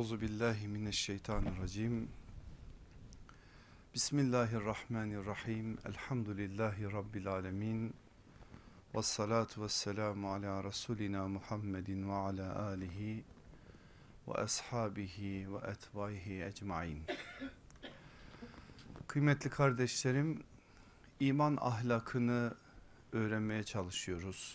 Euzu billahi mineşşeytanirracim. Bismillahirrahmanirrahim. Elhamdülillahi rabbil alamin. Ves salatu vesselamu ala rasulina Muhammedin ve ala alihi ve ashabihi ve etbaihi ecmaîn. Kıymetli kardeşlerim, iman ahlakını öğrenmeye çalışıyoruz.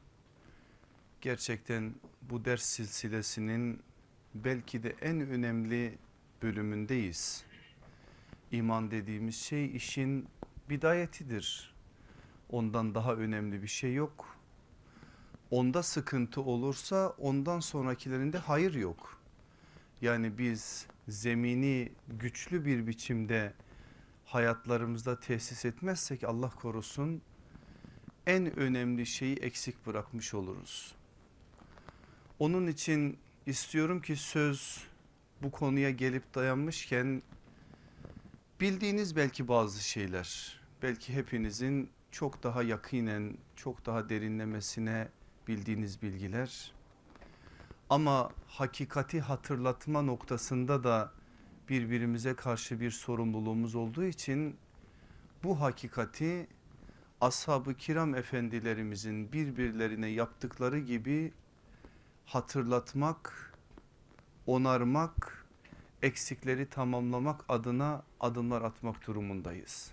Gerçekten bu ders silsilesinin belki de en önemli bölümündeyiz. İman dediğimiz şey işin bidayetidir. Ondan daha önemli bir şey yok. Onda sıkıntı olursa ondan sonrakilerinde hayır yok. Yani biz zemini güçlü bir biçimde hayatlarımızda tesis etmezsek Allah korusun en önemli şeyi eksik bırakmış oluruz. Onun için istiyorum ki söz bu konuya gelip dayanmışken bildiğiniz belki bazı şeyler, belki hepinizin çok daha yakinen, çok daha derinlemesine bildiğiniz bilgiler, ama hakikati hatırlatma noktasında da birbirimize karşı bir sorumluluğumuz olduğu için bu hakikati ashab-ı kiram efendilerimizin birbirlerine yaptıkları gibi hatırlatmak, onarmak, eksikleri tamamlamak adına adımlar atmak durumundayız.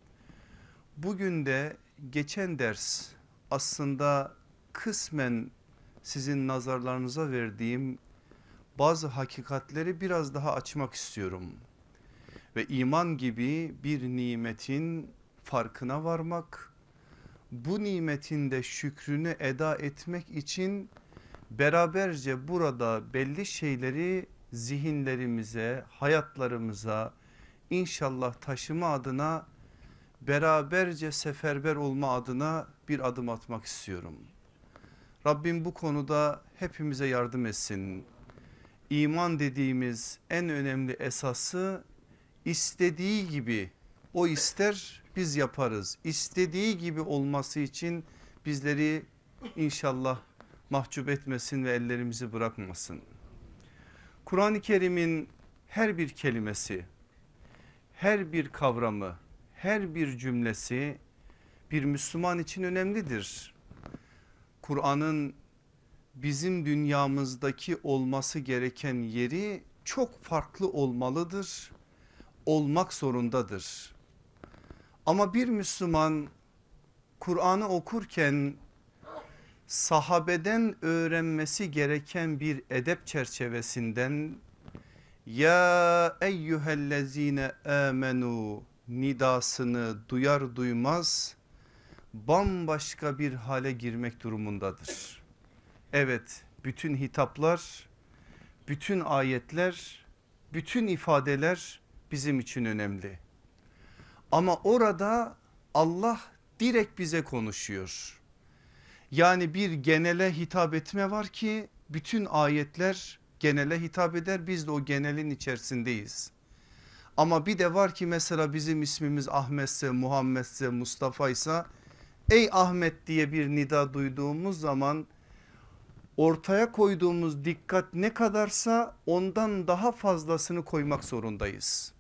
Bugün de geçen ders aslında kısmen sizin nazarlarınıza verdiğim bazı hakikatleri biraz daha açmak istiyorum. Ve iman gibi bir nimetin farkına varmak, bu nimetin de şükrünü eda etmek için beraberce burada belli şeyleri zihinlerimize, hayatlarımıza inşallah taşıma adına, beraberce seferber olma adına bir adım atmak istiyorum. Rabbim bu konuda hepimize yardım etsin. İman dediğimiz en önemli esası istediği gibi, o ister biz yaparız. İstediği gibi olması için bizleri inşallah mahcup etmesin ve ellerimizi bırakmasın. Kur'an-ı Kerim'in her bir kelimesi, her bir kavramı, her bir cümlesi bir Müslüman için önemlidir. Kur'an'ın bizim dünyamızdaki olması gereken yeri çok farklı olmalıdır, olmak zorundadır. Ama bir Müslüman Kur'an'ı okurken sahabeden öğrenmesi gereken bir edep çerçevesinden ya eyyühellezine amenu nidasını duyar duymaz bambaşka bir hale girmek durumundadır. Evet, bütün hitaplar, bütün ayetler, bütün ifadeler bizim için önemli. Ama orada Allah direkt bize konuşuyor. Yani bir genele hitap etme var ki bütün ayetler genele hitap eder, biz de o genelin içerisindeyiz. Ama bir de var ki mesela bizim ismimiz Ahmetse, Muhammedse, Mustafa'ysa ey Ahmet diye bir nida duyduğumuz zaman ortaya koyduğumuz dikkat ne kadarsa ondan daha fazlasını koymak zorundayız.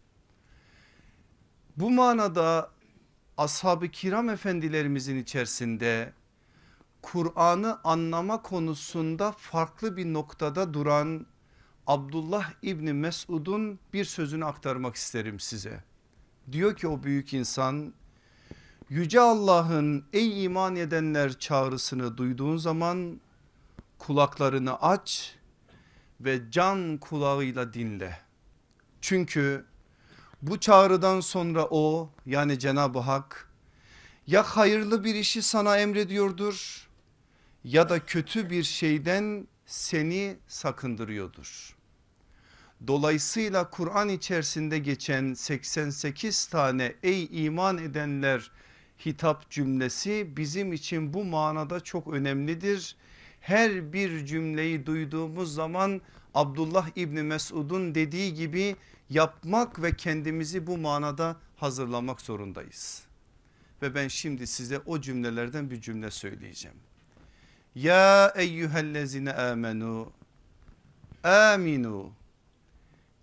Bu manada ashab-ı kiram efendilerimizin içerisinde Kur'an'ı anlama konusunda farklı bir noktada duran Abdullah İbni Mesud'un bir sözünü aktarmak isterim size. Diyor ki o büyük insan, Yüce Allah'ın ey iman edenler çağrısını duyduğun zaman kulaklarını aç ve can kulağıyla dinle. Çünkü bu çağrıdan sonra o, yani Cenab-ı Hak, ya hayırlı bir işi sana emrediyordur ya da kötü bir şeyden seni sakındırıyordur. Dolayısıyla Kur'an içerisinde geçen 88 tane ey iman edenler hitap cümlesi bizim için bu manada çok önemlidir. Her bir cümleyi duyduğumuz zaman Abdullah İbni Mesud'un dediği gibi yapmak ve kendimizi bu manada hazırlamak zorundayız. Ve ben şimdi size o cümlelerden bir cümle söyleyeceğim. Ya eyyühellezine amenu aminu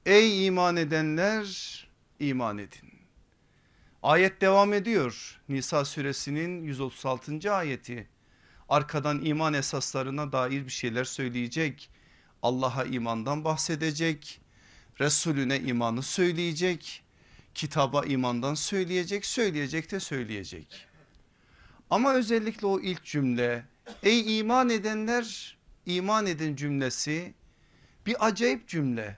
Ey iman edenler, iman edin. Ayet devam ediyor. Nisa suresinin 136. ayeti. Arkadan iman esaslarına dair bir şeyler söyleyecek. Allah'a imandan bahsedecek. Resulüne imanı söyleyecek. Kitaba imandan söyleyecek. Söyleyecek de söyleyecek. Ama özellikle o ilk cümle, ey iman edenler iman edin cümlesi bir acayip cümle.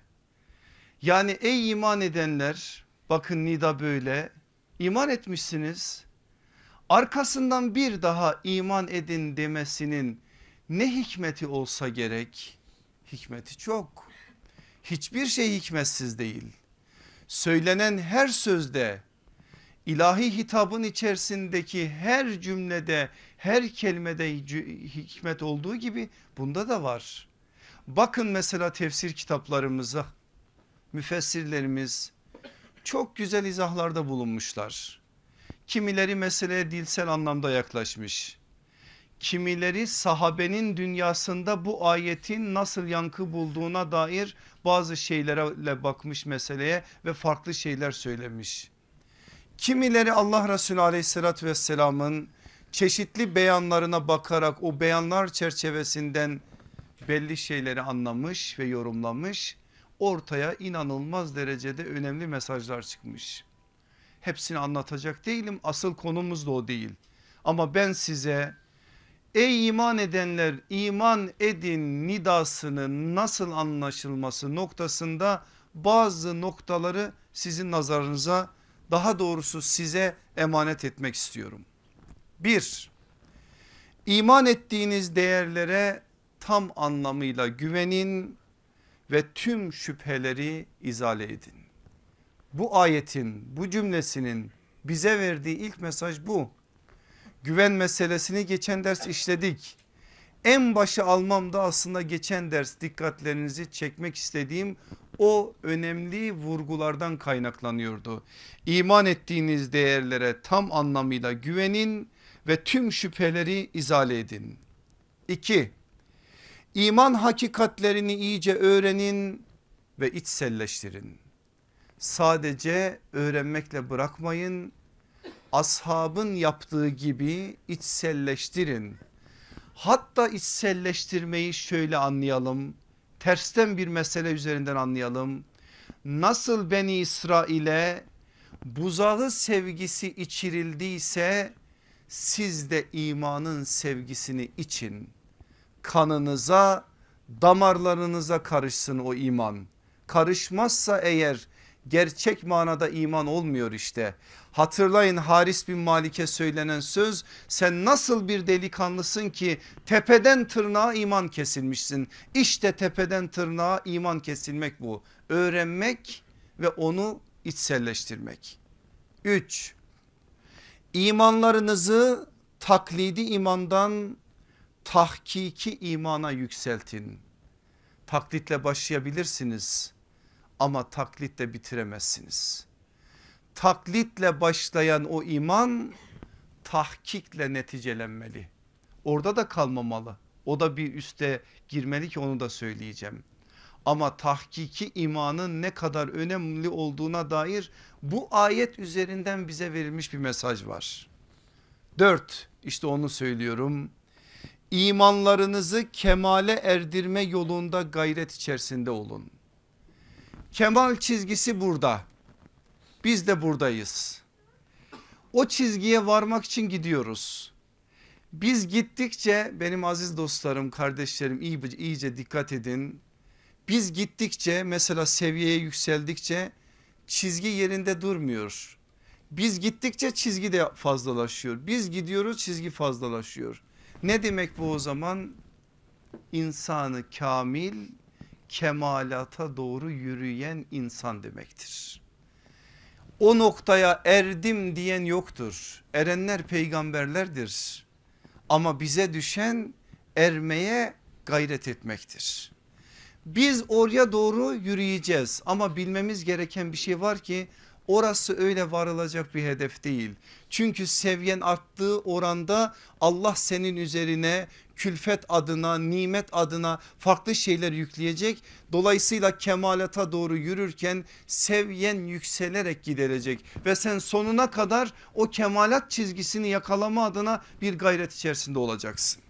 Yani ey iman edenler, bakın nida böyle, iman etmişsiniz. Arkasından bir daha iman edin demesinin ne hikmeti olsa gerek? Hikmeti çok. Hiçbir şey hikmetsiz değil. Söylenen her sözde, ilahi hitabın içerisindeki her cümlede, her kelimede hikmet olduğu gibi bunda da var. Bakın mesela tefsir kitaplarımıza, müfessirlerimiz çok güzel izahlarda bulunmuşlar. Kimileri meseleye dilsel anlamda yaklaşmış. Kimileri sahabenin dünyasında bu ayetin nasıl yankı bulduğuna dair bazı şeylerle bakmış meseleye ve farklı şeyler söylemiş. Kimileri Allah Resulü aleyhissalatü vesselamın çeşitli beyanlarına bakarak o beyanlar çerçevesinden belli şeyleri anlamış ve yorumlamış. Ortaya inanılmaz derecede önemli mesajlar çıkmış. Hepsini anlatacak değilim, asıl konumuz da o değil. Ama ben size ey iman edenler iman edin nidasının nasıl anlaşılması noktasında bazı noktaları sizin nazarınıza, daha doğrusu size emanet etmek istiyorum. 1. İman ettiğiniz değerlere tam anlamıyla güvenin ve tüm şüpheleri izale edin. Bu ayetin, bu cümlesinin bize verdiği ilk mesaj bu. Güven meselesini geçen ders işledik. En başı almamda aslında geçen ders dikkatlerinizi çekmek istediğim o önemli vurgulardan kaynaklanıyordu. İman ettiğiniz değerlere tam anlamıyla güvenin ve tüm şüpheleri izale edin. 2. İman hakikatlerini iyice öğrenin ve içselleştirin. Sadece öğrenmekle bırakmayın. Ashabın yaptığı gibi içselleştirin. Hatta içselleştirmeyi şöyle anlayalım. Tersten bir mesele üzerinden anlayalım. Nasıl Beni İsrail'e buzağı sevgisi içirildiyse siz de imanın sevgisini için. Kanınıza, damarlarınıza karışsın o iman. Karışmazsa eğer gerçek manada iman olmuyor işte. Hatırlayın Haris bin Malik'e söylenen söz, sen nasıl bir delikanlısın ki tepeden tırnağa iman kesilmişsin. İşte tepeden tırnağa iman kesilmek bu. Öğrenmek ve onu içselleştirmek. 3. İmanlarınızı taklidi imandan tahkiki imana yükseltin. Taklitle başlayabilirsiniz ama taklitle bitiremezsiniz. Taklitle başlayan o iman tahkikle neticelenmeli. Orada da kalmamalı. O da bir üste girmeli ki onu da söyleyeceğim. Ama tahkiki imanın ne kadar önemli olduğuna dair bu ayet üzerinden bize verilmiş bir mesaj var. 4. İşte onu söylüyorum. İmanlarınızı kemale erdirme yolunda gayret içerisinde olun. Kemal çizgisi burada. Biz de buradayız. O çizgiye varmak için gidiyoruz. Biz gittikçe benim aziz dostlarım, kardeşlerim iyice dikkat edin. Biz gittikçe mesela seviyeye yükseldikçe çizgi yerinde durmuyor. Biz gittikçe çizgi de fazlalaşıyor. Biz gidiyoruz çizgi fazlalaşıyor. Ne demek bu o zaman? İnsanı kamil, kemalata doğru yürüyen insan demektir. O noktaya erdim diyen yoktur. Erenler peygamberlerdir. Ama bize düşen ermeye gayret etmektir. Biz oraya doğru yürüyeceğiz ama bilmemiz gereken bir şey var ki orası öyle varılacak bir hedef değil. Çünkü seviyen arttığı oranda Allah senin üzerine külfet adına, nimet adına farklı şeyler yükleyecek. Dolayısıyla kemalata doğru yürürken seviyen yükselerek giderecek ve sen sonuna kadar o kemalat çizgisini yakalama adına bir gayret içerisinde olacaksın.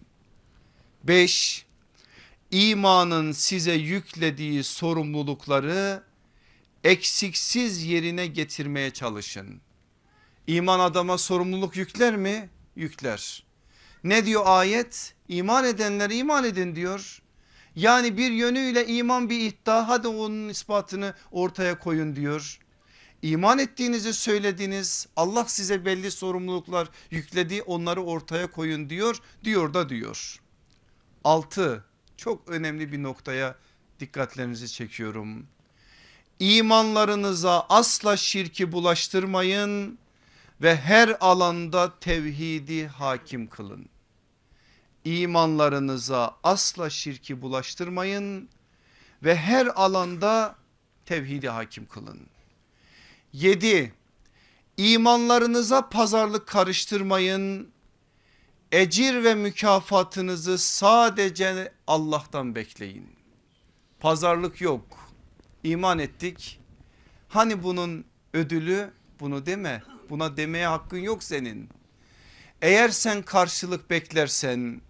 5. İmanın size yüklediği sorumlulukları eksiksiz yerine getirmeye çalışın. İman adama sorumluluk yükler mi? Yükler. Ne diyor ayet? İman edenler iman edin diyor. Yani bir yönüyle iman bir iddia, hadi onun ispatını ortaya koyun diyor. İman ettiğinizi söylediniz, Allah size belli sorumluluklar yükledi, onları ortaya koyun diyor. 6. Çok önemli bir noktaya dikkatlerinizi çekiyorum. İmanlarınıza asla şirki bulaştırmayın ve her alanda tevhidi hakim kılın. İmanlarınıza asla şirki bulaştırmayın ve her alanda tevhidi hakim kılın. 7. İmanlarınıza pazarlık karıştırmayın. Ecir ve mükafatınızı sadece Allah'tan bekleyin. Pazarlık yok. İman ettik. Hani bunun ödülü? Bunu deme. Buna demeye hakkın yok senin. Eğer sen karşılık beklersen,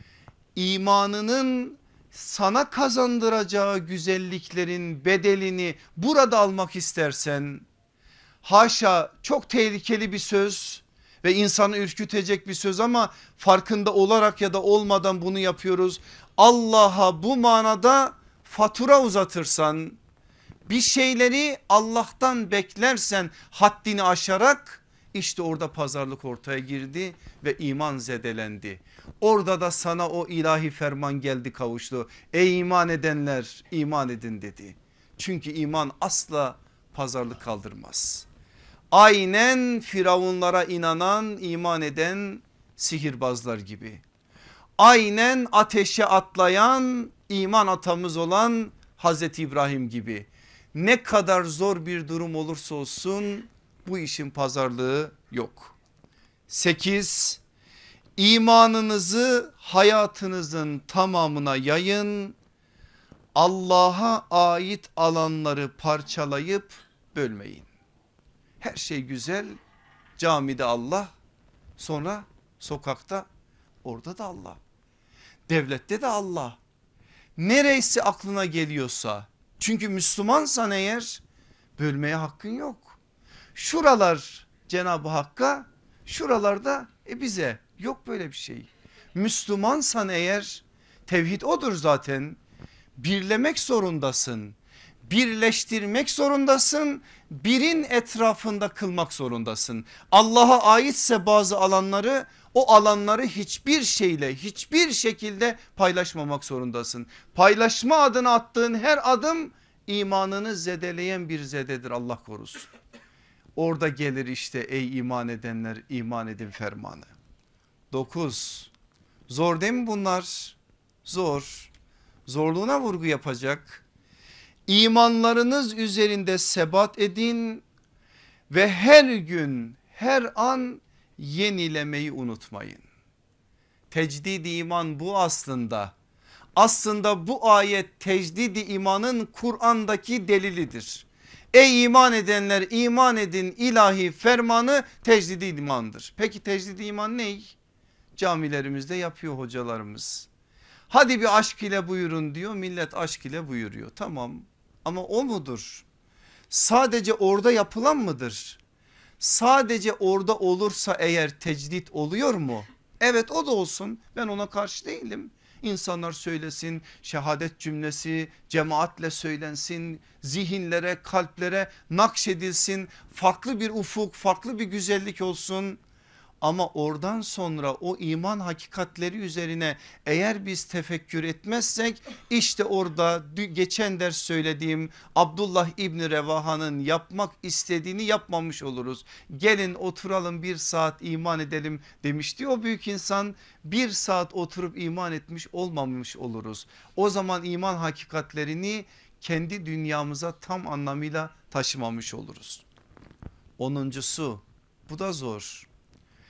imanının sana kazandıracağı güzelliklerin bedelini burada almak istersen, haşa çok tehlikeli bir söz ve insanı ürkütecek bir söz ama farkında olarak ya da olmadan bunu yapıyoruz. Allah'a bu manada fatura uzatırsan, bir şeyleri Allah'tan beklersen haddini aşarak, işte orada pazarlık ortaya girdi ve iman zedelendi. Orada da sana o ilahi ferman geldi, kavuştu. Ey iman edenler, iman edin dedi. Çünkü iman asla pazarlık kaldırmaz. Aynen firavunlara inanan, iman eden sihirbazlar gibi. Aynen ateşe atlayan, iman atamız olan Hazreti İbrahim gibi. Ne kadar zor bir durum olursa olsun bu işin pazarlığı yok. 8. İmanınızı hayatınızın tamamına yayın. Allah'a ait alanları parçalayıp bölmeyin. Her şey güzel, camide Allah, sonra sokakta, orada da Allah, devlette de Allah. Neresi aklına geliyorsa, çünkü Müslümansan eğer bölmeye hakkın yok. Şuralar Cenab-ı Hakk'a, şuralarda bize, yok böyle bir şey. Müslümansan eğer tevhid odur zaten, birlemek zorundasın. Birleştirmek zorundasın, birin etrafında kılmak zorundasın. Allah'a aitse bazı alanları, o alanları hiçbir şeyle, hiçbir şekilde paylaşmamak zorundasın. Paylaşma adına attığın her adım imanını zedeleyen bir zededir, Allah korusun. Orada gelir işte ey iman edenler iman edin fermanı. 9. Zor değil mi bunlar? Zor. Zorluğuna vurgu yapacak. İmanlarınız üzerinde sebat edin ve her gün her an yenilemeyi unutmayın. Tecdid-i iman bu aslında. Aslında bu ayet tecdid-i imanın Kur'an'daki delilidir. Ey iman edenler iman edin ilahi fermanı tecdid-i imandır. Peki tecdid-i iman ne? Camilerimizde yapıyor hocalarımız. Hadi bir aşk ile buyurun diyor, millet aşk ile buyuruyor, tamam, ama o mudur? Sadece orada yapılan mıdır? Sadece orada olursa eğer tecdit oluyor mu? Evet, o da olsun, ben ona karşı değilim. İnsanlar söylesin, şehadet cümlesi cemaatle söylensin, zihinlere, kalplere nakşedilsin, farklı bir ufuk, farklı bir güzellik olsun. Ama oradan sonra o iman hakikatleri üzerine eğer biz tefekkür etmezsek, işte orada geçen ders söylediğim Abdullah İbni Revaha'nın yapmak istediğini yapmamış oluruz. Gelin oturalım bir saat iman edelim demişti o büyük insan, bir saat oturup iman etmiş olmamış oluruz. O zaman iman hakikatlerini kendi dünyamıza tam anlamıyla taşımamış oluruz. 10'uncusu, bu da zor.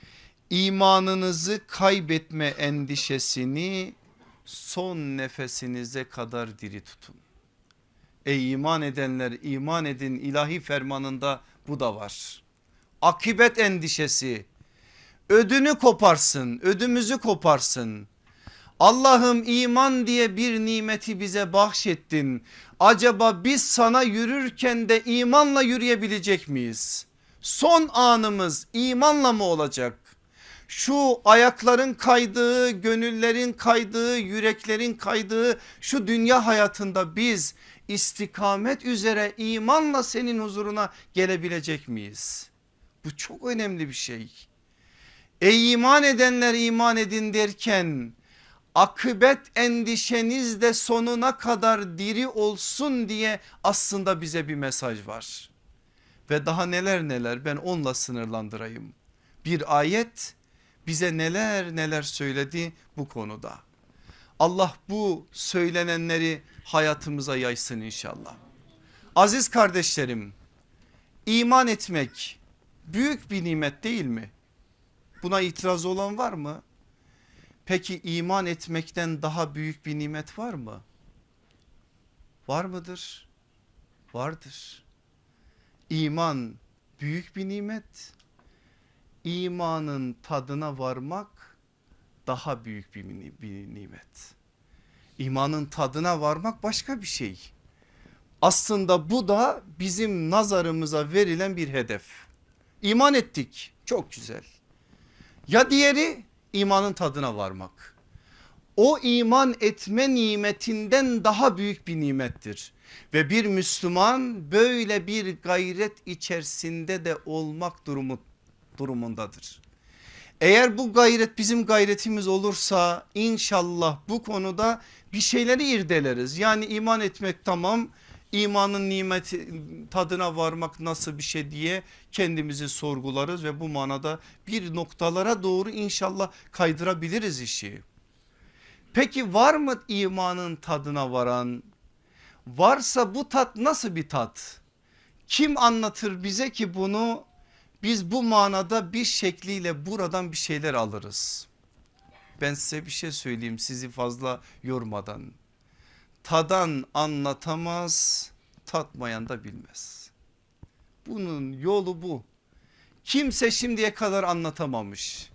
İmanınızı kaybetme endişesini son nefesinize kadar diri tutun. Ey iman edenler, iman edin, ilahi fermanında bu da var. Akıbet endişesi ödünü koparsın, ödümüzü koparsın. Allah'ım iman diye bir nimeti bize bahşettin. Acaba biz sana yürürken de imanla yürüyebilecek miyiz? Son anımız imanla mı olacak? Şu ayakların kaydığı, gönüllerin kaydığı, yüreklerin kaydığı şu dünya hayatında biz istikamet üzere imanla senin huzuruna gelebilecek miyiz? Bu çok önemli bir şey. Ey iman edenler iman edin derken akıbet endişeniz de sonuna kadar diri olsun diye aslında bize bir mesaj var. Ve daha neler neler, ben onunla sınırlandırayım. Bir ayet bize neler neler söyledi bu konuda. Allah bu söylenenleri hayatımıza yaysın inşallah. Aziz kardeşlerim, iman etmek büyük bir nimet değil mi? Buna itiraz olan var mı? Peki iman etmekten daha büyük bir nimet var mı? Var mıdır? Vardır. İman büyük bir nimet. İmanın tadına varmak daha büyük bir nimet. İmanın tadına varmak başka bir şey. Aslında bu da bizim nazarımıza verilen bir hedef. İman ettik, çok güzel. Ya diğeri imanın tadına varmak. O iman etme nimetinden daha büyük bir nimettir. Ve bir Müslüman böyle bir gayret içerisinde de olmak durumundadır. Eğer bu gayret bizim gayretimiz olursa inşallah bu konuda bir şeyleri irdeleriz. Yani iman etmek tamam, imanın nimeti tadına varmak nasıl bir şey diye kendimizi sorgularız ve bu manada bir noktalara doğru inşallah kaydırabiliriz işi. Peki var mı imanın tadına varan? Varsa bu tat nasıl bir tat? Kim anlatır bize ki bunu? Biz bu manada bir şekliyle buradan bir şeyler alırız. Ben size bir şey söyleyeyim sizi fazla yormadan. Tadan anlatamaz, tatmayan da bilmez. Bunun yolu bu. Kimse şimdiye kadar anlatamamış.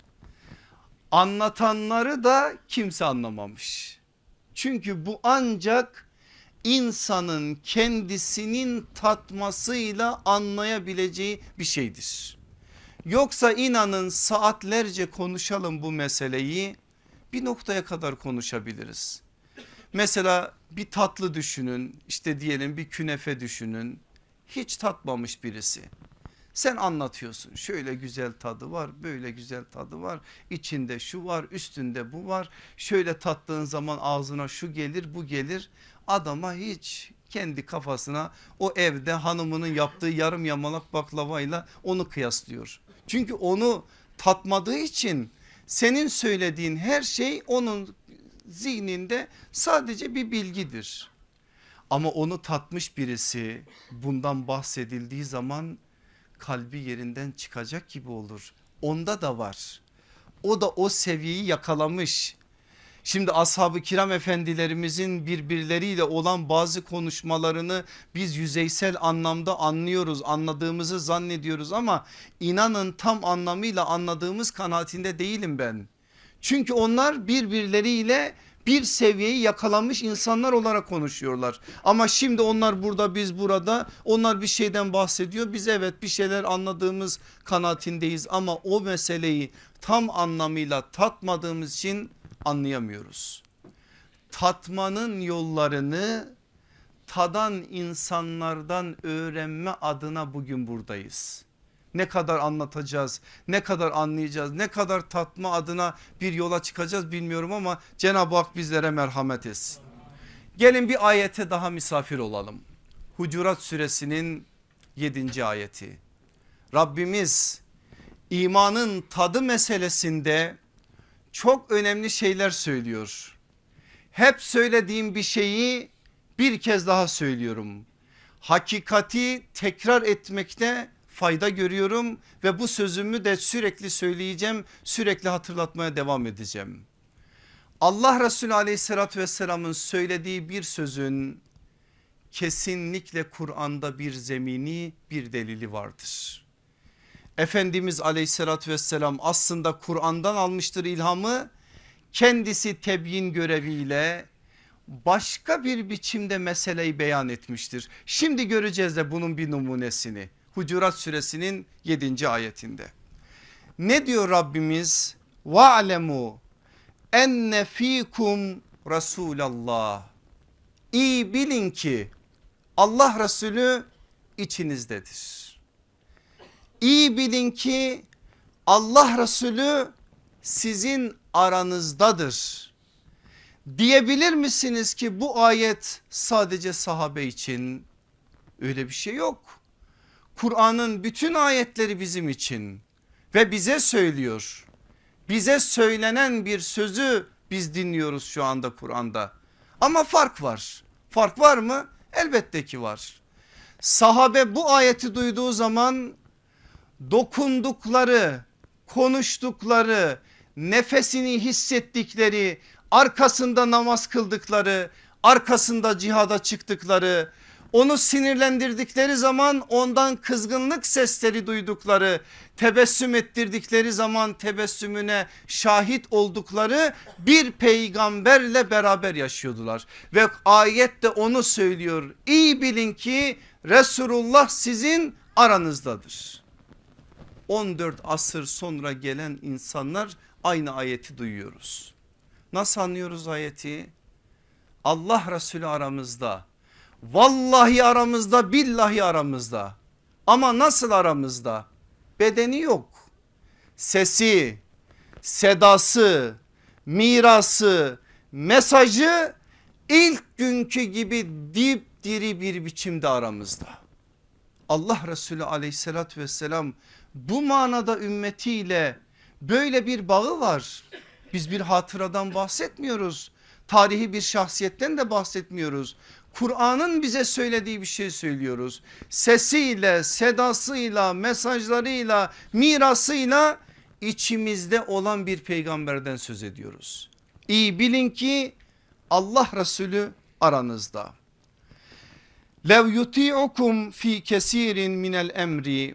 Anlatanları da kimse anlamamış. Çünkü bu ancak insanın kendisinin tatmasıyla anlayabileceği bir şeydir. Yoksa inanın saatlerce konuşalım bu meseleyi, bir noktaya kadar konuşabiliriz. Mesela bir tatlı düşünün, işte diyelim bir künefe düşünün, hiç tatmamış birisi. Sen anlatıyorsun, şöyle güzel tadı var, böyle güzel tadı var, içinde şu var, üstünde bu var, şöyle tattığın zaman ağzına şu gelir, bu gelir. Adama hiç kendi kafasına o evde hanımının yaptığı yarım yamalak baklavayla onu kıyaslıyor. Çünkü onu tatmadığı için senin söylediğin her şey onun zihninde sadece bir bilgidir. Ama onu tatmış birisi bundan bahsedildiği zaman kalbi yerinden çıkacak gibi olur. Onda da var. O da o seviyeyi yakalamış. Şimdi ashab-ı kiram efendilerimizin birbirleriyle olan bazı konuşmalarını biz yüzeysel anlamda anlıyoruz, anladığımızı zannediyoruz ama inanın tam anlamıyla anladığımız kanaatinde değilim ben. Çünkü onlar birbirleriyle bir seviyeyi yakalamış insanlar olarak konuşuyorlar. Ama şimdi onlar burada, biz burada, onlar bir şeyden bahsediyor. Biz evet bir şeyler anladığımız kanaatindeyiz ama o meseleyi tam anlamıyla tatmadığımız için anlayamıyoruz. Tatmanın yollarını tadan insanlardan öğrenme adına bugün buradayız. Ne kadar anlatacağız, ne kadar anlayacağız, ne kadar tatma adına bir yola çıkacağız bilmiyorum ama Cenab-ı Hak bizlere merhamet etsin. Gelin bir ayete daha misafir olalım. Hucurat suresinin 7. ayeti. Rabbimiz imanın tadı meselesinde çok önemli şeyler söylüyor. Hep söylediğim bir şeyi bir kez daha söylüyorum. Hakikati tekrar etmekte fayda görüyorum ve bu sözümü de sürekli söyleyeceğim, sürekli hatırlatmaya devam edeceğim. Allah Resulü aleyhissalatü vesselamın söylediği bir sözün kesinlikle Kur'an'da bir zemini, bir delili vardır. Efendimiz aleyhissalatü vesselam aslında Kur'an'dan almıştır ilhamı, kendisi tebyin göreviyle başka bir biçimde meseleyi beyan etmiştir. Şimdi göreceğiz de bunun bir numunesini. Hucurat suresinin 7. ayetinde. Ne diyor Rabbimiz? وَعْلَمُوا enne fikum Resulallah. İyi bilin ki Allah Resulü içinizdedir. İyi bilin ki Allah Resulü sizin aranızdadır. Diyebilir misiniz ki bu ayet sadece sahabe için? Öyle bir şey yok. Kur'an'ın bütün ayetleri bizim için ve bize söylüyor. Bize söylenen bir sözü biz dinliyoruz şu anda Kur'an'da. Ama fark var. Fark var mı? Elbette ki var. Sahabe bu ayeti duyduğu zaman dokundukları, konuştukları, nefesini hissettikleri, arkasında namaz kıldıkları, arkasında cihada çıktıkları, onu sinirlendirdikleri zaman ondan kızgınlık sesleri duydukları, tebessüm ettirdikleri zaman tebessümüne şahit oldukları bir peygamberle beraber yaşıyordular. Ve ayette onu söylüyor, iyi bilin ki Resulullah sizin aranızdadır. 14 asır sonra gelen insanlar aynı ayeti duyuyoruz. Nasıl anlıyoruz ayeti? Allah Resulü aramızda, vallahi aramızda, billahi aramızda. Ama nasıl aramızda? Bedeni yok. Sesi, sedası, mirası, mesajı ilk günkü gibi dipdiri bir biçimde aramızda. Allah Resulü aleyhissalatü vesselam bu manada ümmetiyle böyle bir bağı var. Biz bir hatıradan bahsetmiyoruz. Tarihi bir şahsiyetten de bahsetmiyoruz. Kur'an'ın bize söylediği bir şey söylüyoruz. Sesiyle, sedasıyla, mesajlarıyla, mirasıyla içimizde olan bir peygamberden söz ediyoruz. İyi bilin ki Allah Resulü aranızda. Lev yuti'ukum fi kesirin minel emri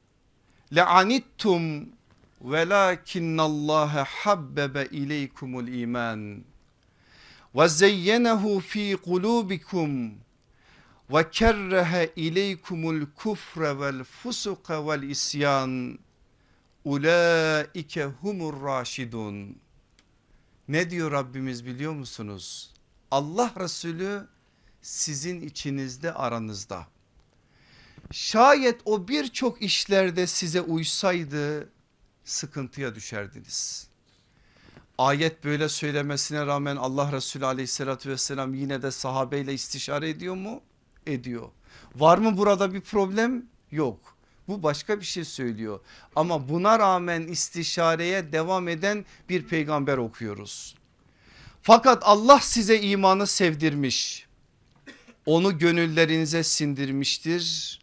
le'anittum velakinnallâhe habbebe ileykumul iman ve zeyyenehu fi kulubikum ve kerrehe ileykumul kufre vel fusuka vel isyan ulaike humur raşidun. Ne diyor Rabbimiz biliyor musunuz? Allah Resulü sizin içinizde, aranızda. Şayet o birçok işlerde size uysaydı sıkıntıya düşerdiniz. Ayet böyle söylemesine rağmen Allah Resulü aleyhissalatü vesselam yine de sahabeyle istişare ediyor mu? Ediyor. Var mı burada bir problem? Yok. Bu başka bir şey söylüyor. Ama buna rağmen istişareye devam eden bir peygamber okuyoruz. Fakat Allah size imanı sevdirmiş. Onu gönüllerinize sindirmiştir.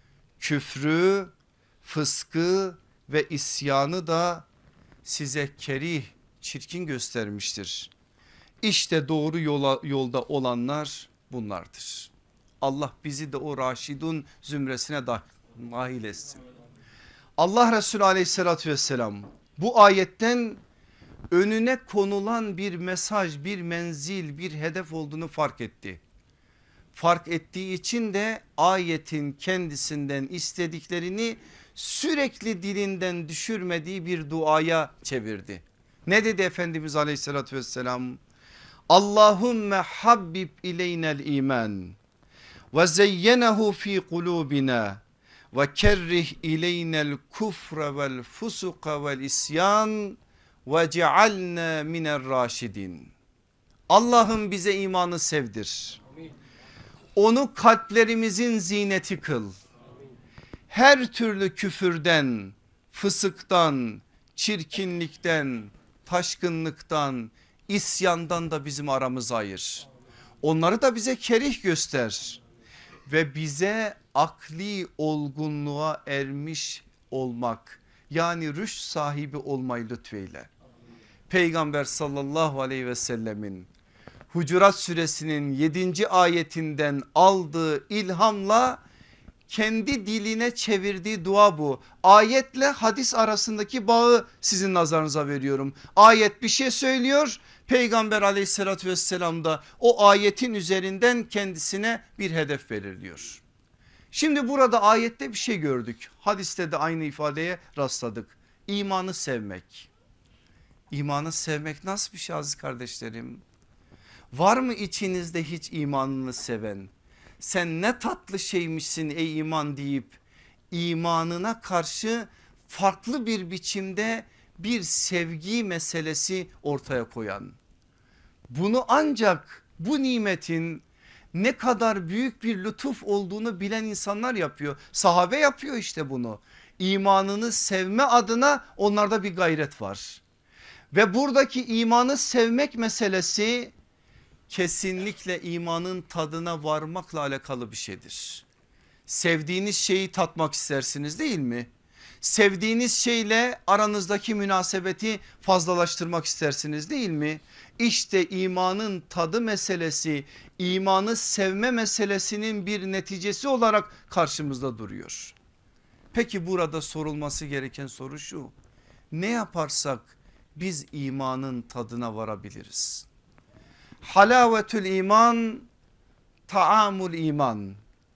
Küfrü, fıskı ve isyanı da size kerih, çirkin göstermiştir. İşte doğru yolda olanlar bunlardır. Allah bizi de o raşidun zümresine dahil etsin. Allah Resulü aleyhissalatü vesselam bu ayetten önüne konulan bir mesaj, bir menzil, bir hedef olduğunu fark etti. Fark ettiği için de ayetin kendisinden istediklerini sürekli dilinden düşürmediği bir duaya çevirdi. Ne dedi Efendimiz aleyhissalatü vesselam? Allahümme habbib ileynel iman ve zeyyenehu fi kulubina ve kerrih ileynel kufre vel fusuka vel isyan ve cealna minel raşidin. Allah'ım bize imanı sevdir. Onu kalplerimizin zineti kıl. Her türlü küfürden, fısıktan, çirkinlikten, taşkınlıktan, isyandan da bizim aramızı ayır. Onları da bize kerih göster. ve bize akli olgunluğa ermiş olmak, yani rüşt sahibi olmayı lütfeyle. Peygamber sallallahu aleyhi ve sellemin Hucurat suresinin 7. ayetinden aldığı ilhamla kendi diline çevirdiği dua bu. Ayetle hadis arasındaki bağı sizin nazarınıza veriyorum. Ayet bir şey söylüyor, Peygamber aleyhissalatü vesselam da o ayetin üzerinden kendisine bir hedef belirliyor. Şimdi burada ayette bir şey gördük, hadiste de aynı ifadeye rastladık. İmanı sevmek. İmanı sevmek nasıl bir şey aziz kardeşlerim? Var mı içinizde hiç imanını seven? Sen ne tatlı şeymişsin ey iman deyip imanına karşı farklı bir biçimde bir sevgi meselesi ortaya koyan. Bunu ancak bu nimetin ne kadar büyük bir lütuf olduğunu bilen insanlar yapıyor. Sahabe yapıyor işte bunu. İmanını sevme adına onlarda bir gayret var. Ve buradaki imanı sevmek meselesi kesinlikle imanın tadına varmakla alakalı bir şeydir. Sevdiğiniz şeyi tatmak istersiniz değil mi? Sevdiğiniz şeyle aranızdaki münasebeti fazlalaştırmak istersiniz değil mi? İşte imanın tadı meselesi, imanı sevme meselesinin bir neticesi olarak karşımızda duruyor. Peki burada sorulması gereken soru şu: ne yaparsak biz imanın tadına varabiliriz? Halavetül iman, taamul iman.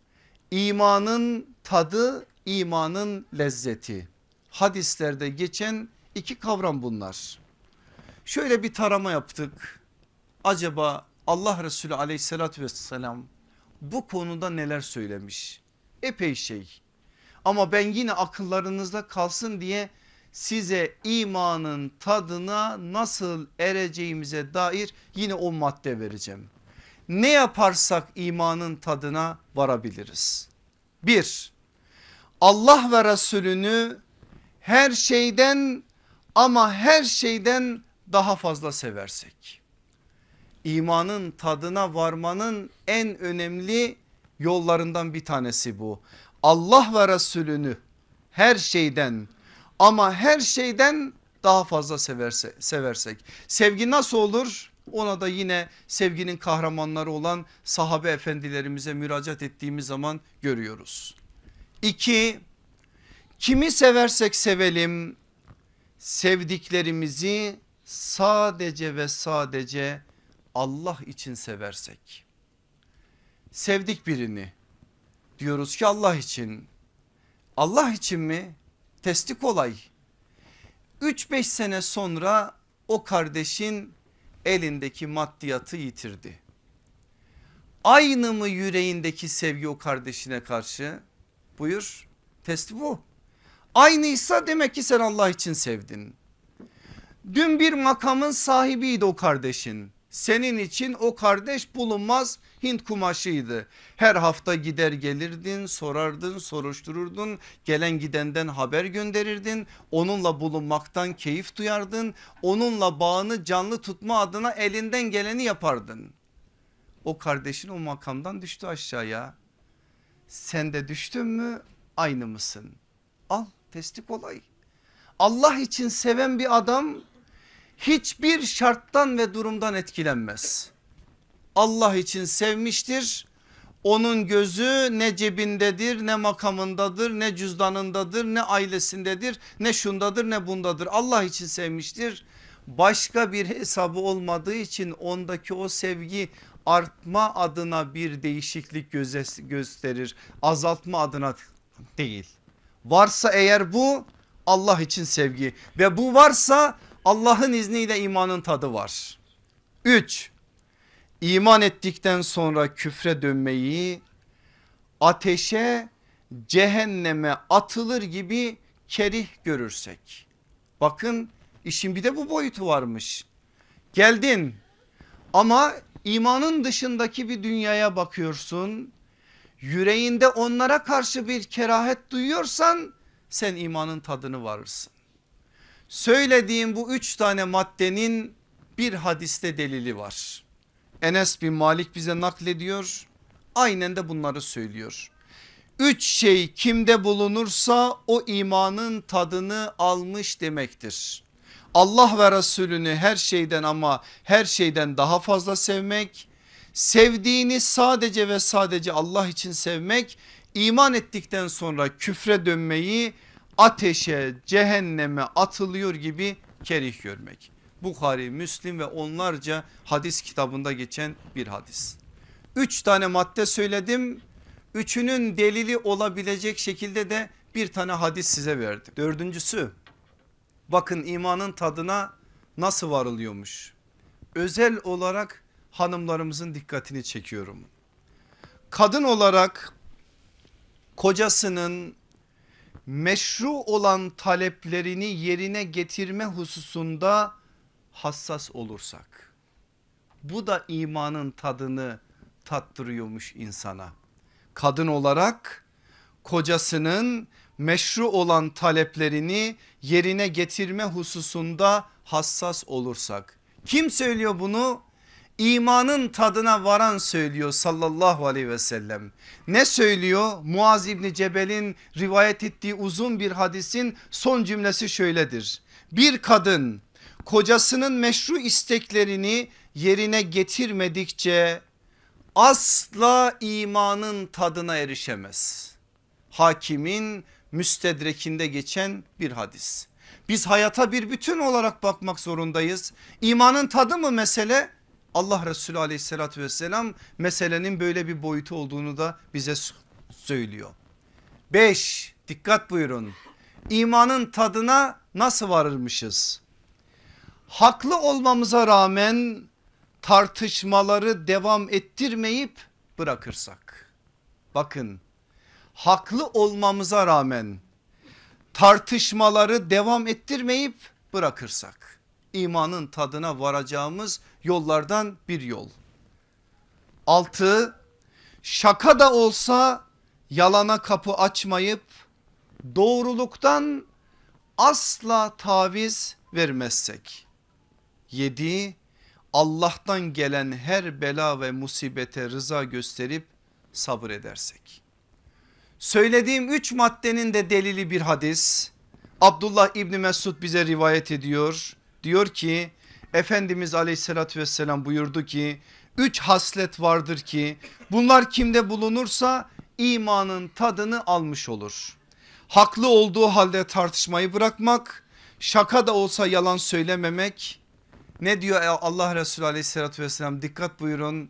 İmanın tadı, imanın lezzeti. Hadislerde geçen iki kavram bunlar. Şöyle bir tarama yaptık. Acaba Allah Resulü aleyhissalatü vesselam bu konuda neler söylemiş? Epey şey. Ama ben yine akıllarınızda kalsın diye size imanın tadına nasıl ereceğimize dair yine o madde vereceğim. Ne yaparsak imanın tadına varabiliriz? 1. Allah ve Resulünü her şeyden ama her şeyden daha fazla seversek. İmanın tadına varmanın en önemli yollarından bir tanesi bu. Allah ve Resulünü her şeyden ama her şeyden daha fazla seversek. Sevgi nasıl olur? Ona da yine sevginin kahramanları olan sahabe efendilerimize müracaat ettiğimiz zaman görüyoruz. 2. Kimi seversek sevelim, sevdiklerimizi sadece ve sadece Allah için seversek. Sevdik birini, diyoruz ki Allah için. Allah için mi? Testi kolay. 3-5 sene sonra o kardeşin elindeki maddiyatı yitirdi. Aynı mı yüreğindeki sevgi o kardeşine karşı? Buyur, testi bu. Aynıysa demek ki sen Allah için sevdin. Dün bir makamın sahibiydi o kardeşin. Senin için o kardeş bulunmaz Hint kumaşıydı. Her hafta gider gelirdin, sorardın, soruştururdun, gelen gidenden haber gönderirdin. Onunla bulunmaktan keyif duyardın. Onunla bağını canlı tutma adına elinden geleni yapardın. O kardeşin o makamdan düştü aşağıya. Sen de düştün mü aynı mısın? Al, testi kolay. Allah için seven bir adam hiçbir şarttan ve durumdan etkilenmez. Allah için sevmiştir. Onun gözü ne cebindedir, ne makamındadır, ne cüzdanındadır, ne ailesindedir, ne şundadır, ne bundadır. Allah için sevmiştir. Başka bir hesabı olmadığı için ondaki o sevgi artma adına bir değişiklik gösterir. Azaltma adına değil. Varsa eğer bu Allah için sevgi ve bu varsa Allah'ın izniyle imanın tadı var. 3. İman ettikten sonra küfre dönmeyi, ateşe, cehenneme atılır gibi kerih görürsek. Bakın işin bir de bu boyutu varmış. Geldin ama imanın dışındaki bir dünyaya bakıyorsun. Yüreğinde onlara karşı bir kerahet duyuyorsan sen imanın tadını varırsın. Söylediğim bu 3 tane maddenin bir hadiste delili var. Enes bin Malik bize naklediyor. Aynen de bunları söylüyor. 3 şey kimde bulunursa o imanın tadını almış demektir. Allah ve Resulünü her şeyden ama her şeyden daha fazla sevmek, sevdiğini sadece ve sadece Allah için sevmek, iman ettikten sonra küfre dönmeyi, ateşe, cehenneme atılıyor gibi kerih görmek. Bukhari, Müslim ve onlarca hadis kitabında geçen bir hadis. 3 tane madde söyledim. Üçünün delili olabilecek şekilde de bir tane hadis size verdim. Dördüncüsü, bakın imanın tadına nasıl varılıyormuş. Özel olarak hanımlarımızın dikkatini çekiyorum. Kadın olarak kocasının meşru olan taleplerini yerine getirme hususunda hassas olursak, bu da imanın tadını tattırıyormuş insana. Kadın olarak kocasının meşru olan taleplerini yerine getirme hususunda hassas olursak. Kim söylüyor bunu? İmanın tadına varan söylüyor sallallahu aleyhi ve sellem. Ne söylüyor? Muaz İbni Cebel'in rivayet ettiği uzun bir hadisin son cümlesi şöyledir. Bir kadın kocasının meşru isteklerini yerine getirmedikçe asla imanın tadına erişemez. Hakimin müstedrekinde geçen bir hadis. Biz hayata bir bütün olarak bakmak zorundayız. İmanın tadı mı mesele? Allah Resulü aleyhissalatü vesselam meselenin böyle bir boyutu olduğunu da bize söylüyor. 5, dikkat buyurun. İmanın tadına nasıl varırmışız? Haklı olmamıza rağmen tartışmaları devam ettirmeyip bırakırsak. Bakın, haklı olmamıza rağmen tartışmaları devam ettirmeyip bırakırsak, imanın tadına varacağımız yollardan bir yol. 6, şaka da olsa yalana kapı açmayıp doğruluktan asla taviz vermezsek. 7, Allah'tan gelen her bela ve musibete rıza gösterip sabır edersek. Söylediğim 3 maddenin de delili bir hadis. Abdullah İbni Mesud bize rivayet ediyor. Diyor ki Efendimiz aleyhissalatü vesselam buyurdu ki 3 haslet vardır ki bunlar kimde bulunursa imanın tadını almış olur. Haklı olduğu halde tartışmayı bırakmak, şaka da olsa yalan söylememek. Ne diyor Allah Resulü aleyhissalatü vesselam, dikkat buyurun,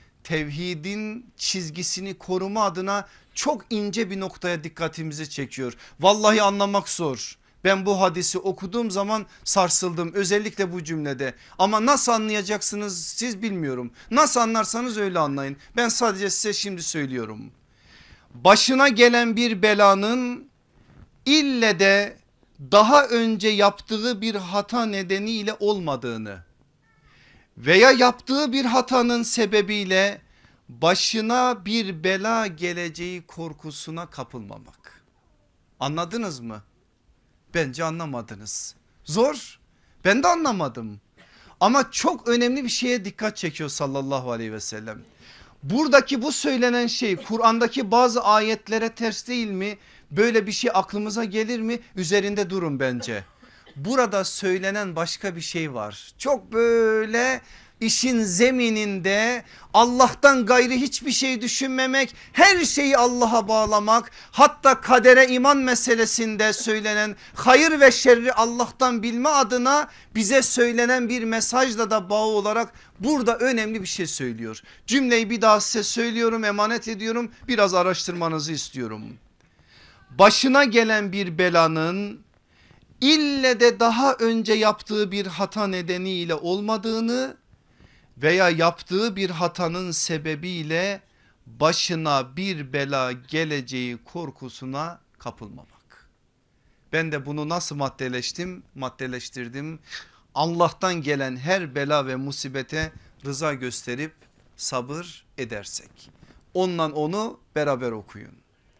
tevhidin çizgisini koruma adına çok ince bir noktaya dikkatimizi çekiyor. Vallahi anlamak zor. Ben bu hadisi okuduğum zaman sarsıldım, özellikle bu cümlede, ama nasıl anlayacaksınız siz bilmiyorum. Nasıl anlarsanız öyle anlayın. Ben sadece size şimdi söylüyorum. Başına gelen bir belanın ille de daha önce yaptığı bir hata nedeniyle olmadığını veya yaptığı bir hatanın sebebiyle başına bir bela geleceği korkusuna kapılmamak. Anladınız mı? Bence anlamadınız. Zor, ben de anlamadım. Ama çok önemli bir şeye dikkat çekiyor sallallahu aleyhi ve sellem. Buradaki bu söylenen şey Kur'an'daki bazı ayetlere ters değil mi? Böyle bir şey aklımıza gelir mi? Üzerinde durun bence. Burada söylenen başka bir şey var. Çok böyle işin zemininde Allah'tan gayrı hiçbir şey düşünmemek, her şeyi Allah'a bağlamak, hatta kadere iman meselesinde söylenen hayır ve şerri Allah'tan bilme adına bize söylenen bir mesajla da bağ olarak burada önemli bir şey söylüyor. Cümleyi bir daha size söylüyorum, emanet ediyorum, biraz araştırmanızı istiyorum. Başına gelen bir belanın ille de daha önce yaptığı bir hata nedeniyle olmadığını veya yaptığı bir hatanın sebebiyle başına bir bela geleceği korkusuna kapılmamak. Ben de bunu nasıl maddeleştirdim? Allah'tan gelen her bela ve musibete rıza gösterip sabır edersek. Onunla onu beraber okuyun.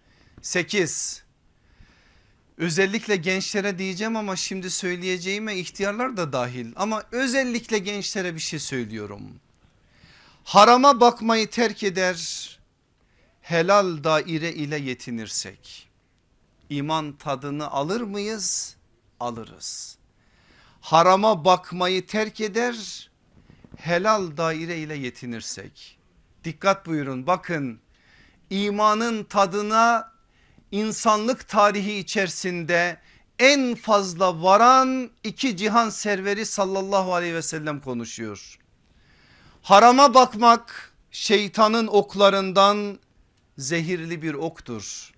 8. Özellikle gençlere diyeceğim ama şimdi söyleyeceğime ihtiyarlar da dahil, ama özellikle gençlere bir şey söylüyorum. Harama bakmayı terk eder, helal daire ile yetinirsek iman tadını alır mıyız? Alırız. Harama bakmayı terk eder, helal daire ile yetinirsek. Dikkat buyurun, bakın imanın tadına insanlık tarihi içerisinde en fazla varan iki cihan serveri sallallahu aleyhi ve sellem konuşuyor. Harama bakmak şeytanın oklarından zehirli bir oktur.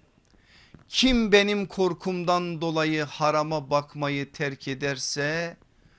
Kim benim korkumdan dolayı harama bakmayı terk ederse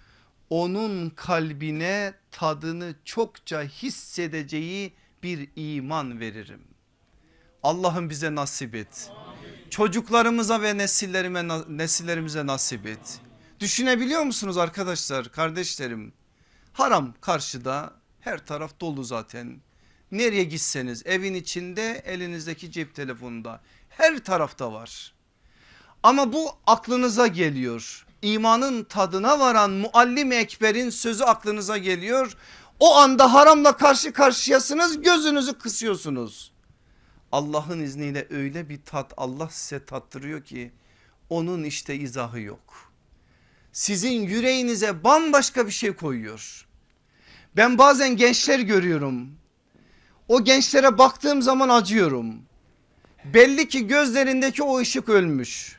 onun kalbine tadını çokça hissedeceği bir iman veririm. Allah'ım bize nasip et. Çocuklarımıza ve nesillerimize nasip et. Düşünebiliyor musunuz arkadaşlar, kardeşlerim? Haram karşıda, her taraf dolu zaten. Nereye gitseniz, evin içinde, elinizdeki cep telefonunda, her tarafta var. Ama bu aklınıza geliyor. İmanın tadına varan Muallim-i Ekber'in sözü aklınıza geliyor. O anda haramla karşı karşıyasınız, gözünüzü kısıyorsunuz. Allah'ın izniyle öyle bir tat Allah size tattırıyor ki onun işte izahı yok. Sizin yüreğinize bambaşka bir şey koyuyor. Ben bazen gençler görüyorum. O gençlere baktığım zaman acıyorum. Belli ki gözlerindeki o ışık ölmüş.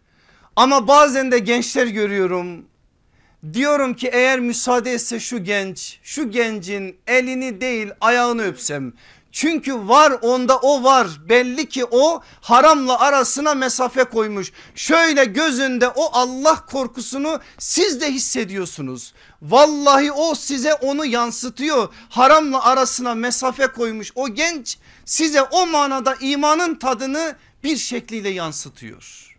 Ama bazen de gençler görüyorum. Diyorum ki eğer müsaade etse şu gencin elini değil ayağını öpsem. Çünkü var, onda o var, belli ki o haramla arasına mesafe koymuş. Şöyle gözünde o Allah korkusunu siz de hissediyorsunuz. Vallahi o size onu yansıtıyor. Haramla arasına mesafe koymuş o genç size o manada imanın tadını bir şekliyle yansıtıyor.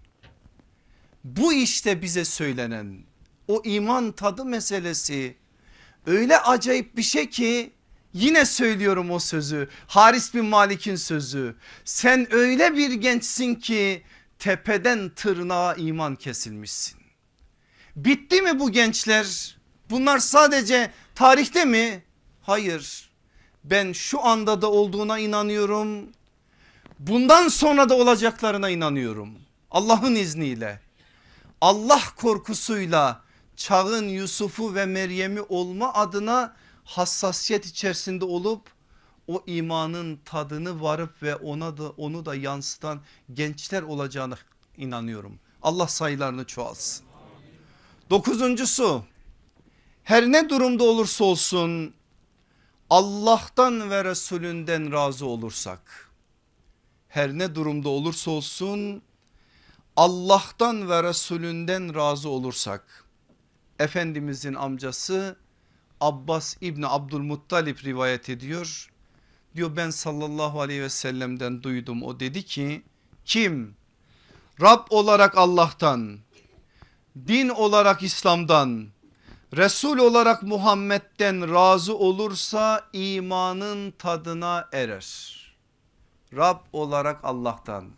Bu işte bize söylenen o iman tadı meselesi öyle acayip bir şey ki, yine söylüyorum o sözü, Haris bin Malik'in sözü. Sen öyle bir gençsin ki tepeden tırnağa iman kesilmişsin. Bitti mi bu gençler? Bunlar sadece tarihte mi? Hayır. Ben şu anda da olduğuna inanıyorum. Bundan sonra da olacaklarına inanıyorum. Allah'ın izniyle. Allah korkusuyla çağın Yusuf'u ve Meryem'i olma adına hassasiyet içerisinde olup o imanın tadını varıp ve onu da yansıtan gençler olacağına inanıyorum. Allah sayılarını çoğalsın. Dokuzuncusu, her ne durumda olursa olsun Allah'tan ve Resulünden razı olursak, her ne durumda olursa olsun Allah'tan ve Resulünden razı olursak, Efendimizin amcası Abbas İbni Abdülmuttalip rivayet ediyor. Diyor ben sallallahu aleyhi ve sellem'den duydum, o dedi ki kim Rab olarak Allah'tan, din olarak İslam'dan, Resul olarak Muhammed'den razı olursa imanın tadına erer. Rab olarak Allah'tan,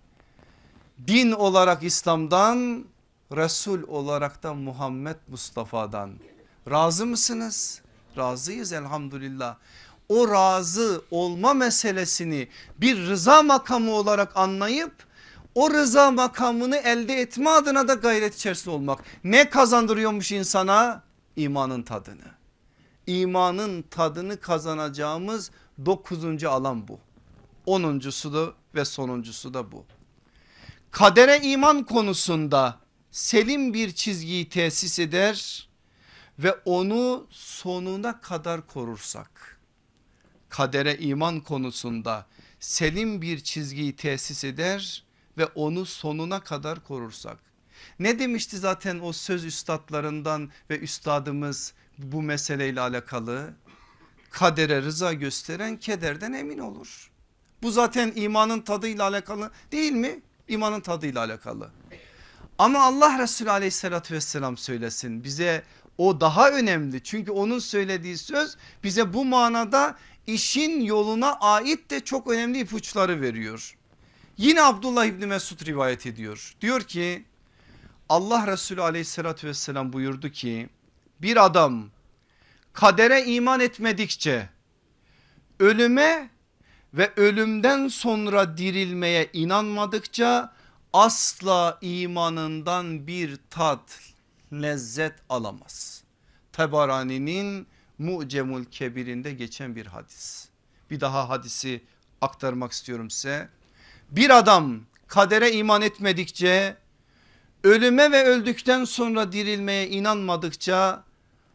din olarak İslam'dan, Resul olarak da Muhammed Mustafa'dan razı mısınız? Razıyız elhamdülillah. O razı olma meselesini bir rıza makamı olarak anlayıp o rıza makamını elde etme adına da gayret içerisinde olmak. Ne kazandırıyormuş insana? İmanın tadını. İmanın tadını kazanacağımız 9. alan bu. 10'uncusu da ve sonuncusu da bu. Kadere iman konusunda selim bir çizgiyi tesis eder ve onu sonuna kadar korursak, kadere iman konusunda selim bir çizgiyi tesis eder ve onu sonuna kadar korursak. Ne demişti zaten o söz üstadlarından ve üstadımız bu meseleyle alakalı? Kadere rıza gösteren kederden emin olur. Bu zaten imanın tadıyla alakalı değil mi? İmanın tadıyla alakalı. Ama Allah Resulü aleyhissalatü vesselam söylesin bize, o daha önemli. Çünkü onun söylediği söz bize bu manada işin yoluna ait de çok önemli ipuçları veriyor. Yine Abdullah İbni Mesud rivayet ediyor. Diyor ki Allah Resulü aleyhissalatü vesselam buyurdu ki bir adam kadere iman etmedikçe ölüme ve ölümden sonra dirilmeye inanmadıkça asla imanından bir tat, lezzet alamaz. Tabarani'nin Mu'cemul Kebir'inde geçen bir hadis. Bir daha hadisi aktarmak istiyorum size. Bir adam kadere iman etmedikçe, ölüme ve öldükten sonra dirilmeye inanmadıkça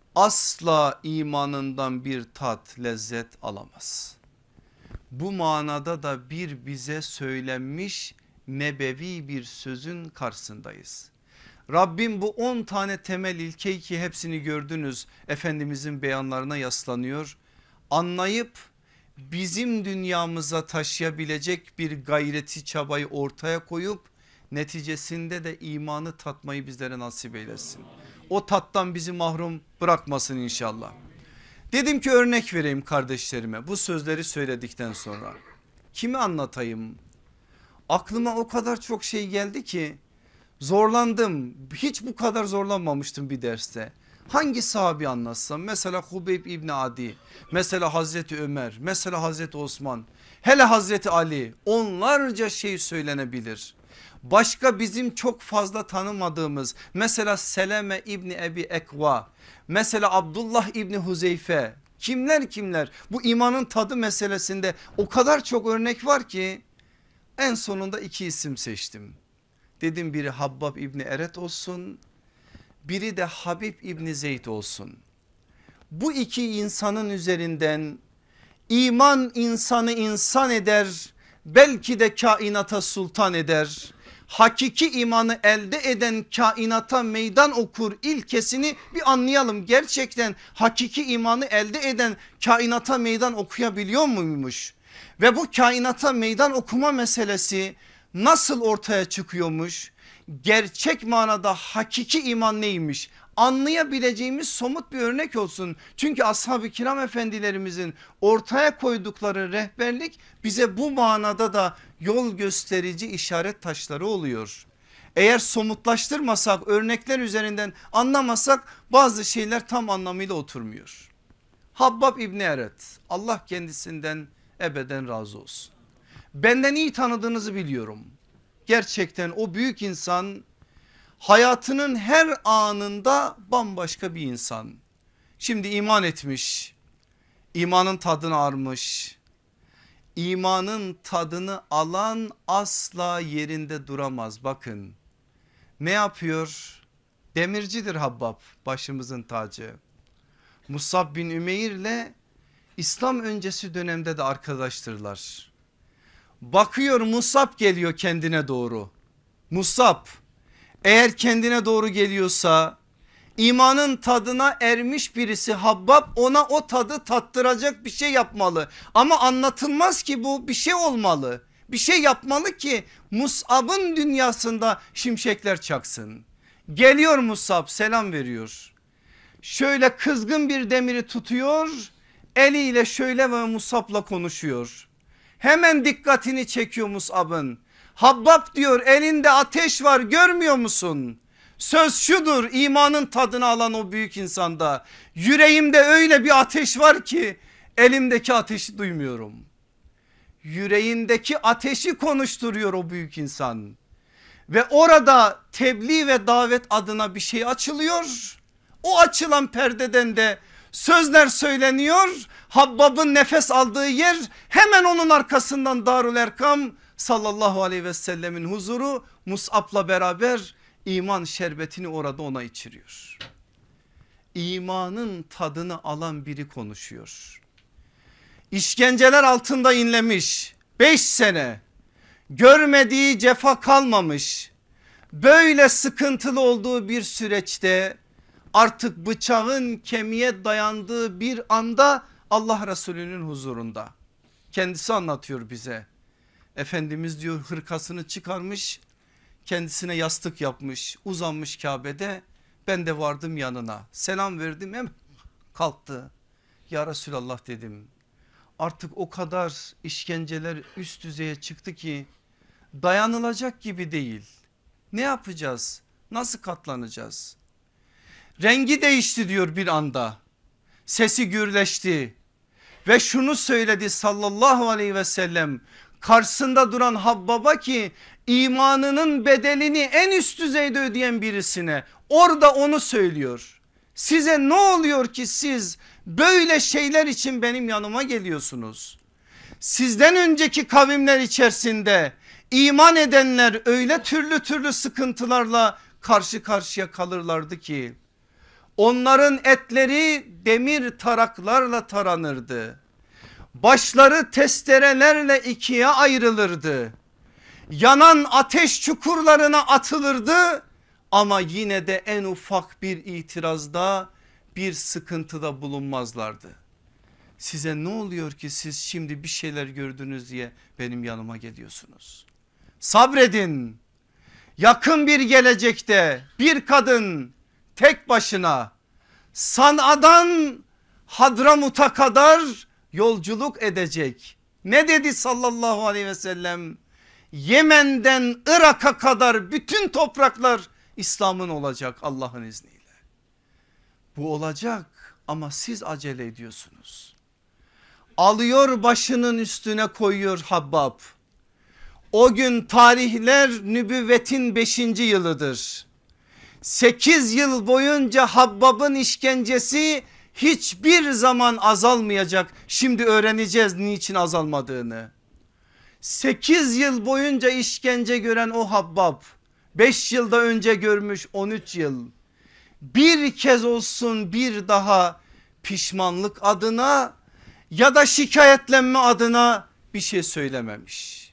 asla imanından bir tat, lezzet alamaz. Bu manada da bir bize söylenmiş nebevi bir sözün karşısındayız. Rabbim bu 10 tane temel ilkeyi, ki hepsini gördünüz, Efendimizin beyanlarına yaslanıyor. Anlayıp bizim dünyamıza taşıyabilecek bir gayreti, çabayı ortaya koyup neticesinde de imanı tatmayı bizlere nasip eylesin. O tattan bizi mahrum bırakmasın inşallah. Dedim ki örnek vereyim kardeşlerime bu sözleri söyledikten sonra. Kimi anlatayım? Aklıma o kadar çok şey geldi ki zorlandım. Hiç bu kadar zorlanmamıştım bir derste. Hangi sahabi anlatsam, mesela Hubeyb İbni Adi, mesela Hazreti Ömer, mesela Hazreti Osman, hele Hazreti Ali, onlarca şey söylenebilir. Başka bizim çok fazla tanımadığımız, mesela Seleme İbni Ebi Ekva, mesela Abdullah İbni Huzeyfe, kimler bu imanın tadı meselesinde o kadar çok örnek var ki en sonunda 2 isim seçtim. Dedim biri Habbab İbni Eret olsun, biri de Habib İbni Zeyd olsun. Bu 2 insanın üzerinden iman insanı insan eder, belki de kainata sultan eder. Hakiki imanı elde eden kainata meydan okur ilkesini bir anlayalım. Gerçekten hakiki imanı elde eden kainata meydan okuyabiliyor muymuş? Ve bu kainata meydan okuma meselesi nasıl ortaya çıkıyormuş? Gerçek manada hakiki iman neymiş? Anlayabileceğimiz somut bir örnek olsun. Çünkü ashab-ı kiram efendilerimizin ortaya koydukları rehberlik bize bu manada da yol gösterici işaret taşları oluyor. Eğer somutlaştırmasak, örnekler üzerinden anlamasak bazı şeyler tam anlamıyla oturmuyor. Habbab İbni Eret, Allah kendisinden ebeden razı olsun. Benden iyi tanıdığınızı biliyorum. Gerçekten o büyük insan hayatının her anında bambaşka bir insan. Şimdi iman etmiş, imanın tadını armış. İmanın tadını alan asla yerinde duramaz. Bakın ne yapıyor? Demircidir Habbab, başımızın tacı. Musab bin Ümeyr ile İslam öncesi dönemde de arkadaştırlar. Bakıyor Musab geliyor kendine doğru. Musab eğer kendine doğru geliyorsa, imanın tadına ermiş birisi Habbab ona o tadı tattıracak bir şey yapmalı. Ama anlatılmaz ki, bu bir şey olmalı. Bir şey yapmalı ki Musab'ın dünyasında şimşekler çaksın. Geliyor Musab, selam veriyor. Şöyle kızgın bir demiri tutuyor, eliyle şöyle ve Musab'la konuşuyor. Hemen dikkatini çekiyor Musab'ın. Habbab diyor, elinde ateş var, görmüyor musun? Söz şudur, imanın tadını alan o büyük insanda. Yüreğimde öyle bir ateş var ki elimdeki ateşi duymuyorum. Yüreğindeki ateşi konuşturuyor o büyük insan. Ve orada tebliğ ve davet adına bir şey açılıyor. O açılan perdeden de sözler söyleniyor. Habbab'ın nefes aldığı yer hemen onun arkasından Darul Erkam sallallahu aleyhi ve sellemin huzuru, Mus'ab'la beraber iman şerbetini orada ona içiriyor. İmanın tadını alan biri konuşuyor. İşkenceler altında inlemiş 5 sene, görmediği cefa kalmamış. Böyle sıkıntılı olduğu bir süreçte artık bıçağın kemiğe dayandığı bir anda Allah Resulü'nün huzurunda. Kendisi anlatıyor bize. Efendimiz diyor hırkasını çıkarmış, kendisine yastık yapmış, uzanmış Kabe'de. Ben de vardım yanına, selam verdim, hem kalktı. Ya Resulallah dedim, artık o kadar işkenceler üst düzeye çıktı ki dayanılacak gibi değil. Ne yapacağız? Nasıl katlanacağız? Rengi değişti diyor bir anda. Sesi gürleşti Ve şunu söyledi sallallahu aleyhi ve sellem karşısında duran Habbab'a ki imanının bedelini en üst düzeyde ödeyen birisine, orada onu söylüyor. Size ne oluyor ki siz böyle şeyler için benim yanıma geliyorsunuz? Sizden önceki kavimler içerisinde iman edenler öyle türlü türlü sıkıntılarla karşı karşıya kalırlardı ki onların etleri demir taraklarla taranırdı. Başları testerelerle ikiye ayrılırdı. Yanan ateş çukurlarına atılırdı ama yine de en ufak bir itirazda, bir sıkıntıda bulunmazlardı. Size ne oluyor ki siz şimdi bir şeyler gördünüz diye benim yanıma geliyorsunuz? Sabredin. Yakın bir gelecekte bir kadın tek başına San'a'dan Hadramut'a kadar yolculuk edecek. Ne dedi sallallahu aleyhi ve sellem? Yemen'den Irak'a kadar bütün topraklar İslam'ın olacak Allah'ın izniyle. Bu olacak ama siz acele ediyorsunuz. Alıyor başının üstüne koyuyor Habbab. O gün tarihler nübüvvetin 5. yılıdır. 8 yıl boyunca Habbab'ın işkencesi hiçbir zaman azalmayacak. Şimdi öğreneceğiz niçin azalmadığını. 8 yıl boyunca işkence gören o Habbab 5 yılda önce görmüş 13 yıl. Bir kez olsun bir daha pişmanlık adına ya da şikayetlenme adına bir şey söylememiş.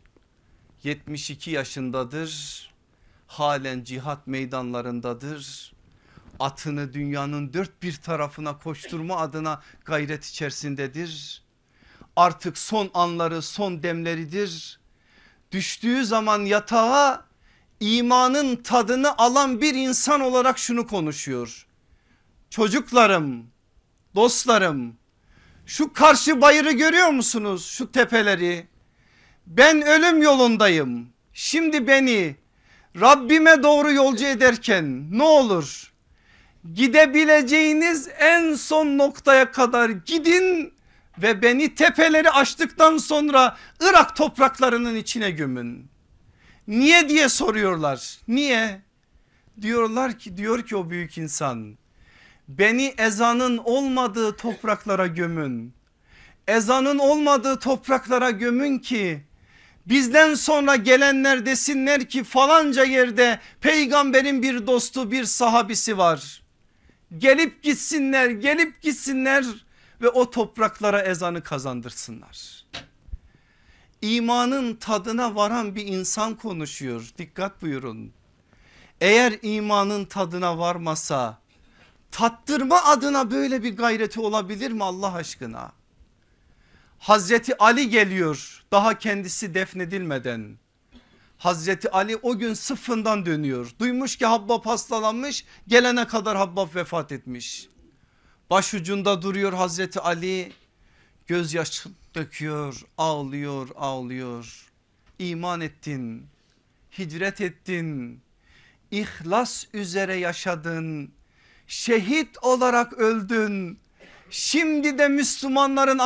72 yaşındadır. Halen cihat meydanlarındadır. Atını dünyanın dört bir tarafına koşturma adına gayret içerisindedir. Artık son anları, son demleridir. Düştüğü zaman yatağa imanın tadını alan bir insan olarak şunu konuşuyor. Çocuklarım, dostlarım, şu karşı bayırı görüyor musunuz? Şu tepeleri. Ben ölüm yolundayım. Şimdi beni Rabbime doğru yolcu ederken ne olur gidebileceğiniz en son noktaya kadar gidin ve beni tepeleri aştıktan sonra Irak topraklarının içine gömün. Niye diye soruyorlar. Niye? Diyor ki o büyük insan, beni ezanın olmadığı topraklara gömün. Ezanın olmadığı topraklara gömün ki bizden sonra gelenler desinler ki falanca yerde peygamberin bir dostu, bir sahabisi var. Gelip gitsinler ve o topraklara ezanı kazandırsınlar. İmanın tadına varan bir insan konuşuyor. Dikkat buyurun. Eğer imanın tadına varmasa tattırma adına böyle bir gayreti olabilir mi Allah aşkına? Hazreti Ali geliyor daha kendisi defnedilmeden. Hazreti Ali o gün sıfından dönüyor. Duymuş ki Habbab hastalanmış, gelene kadar Habbab vefat etmiş. Başucunda duruyor Hazreti Ali, gözyaşı döküyor, ağlıyor. İman ettin, hicret ettin, ihlas üzere yaşadın, şehit olarak öldün. Şimdi de Müslümanların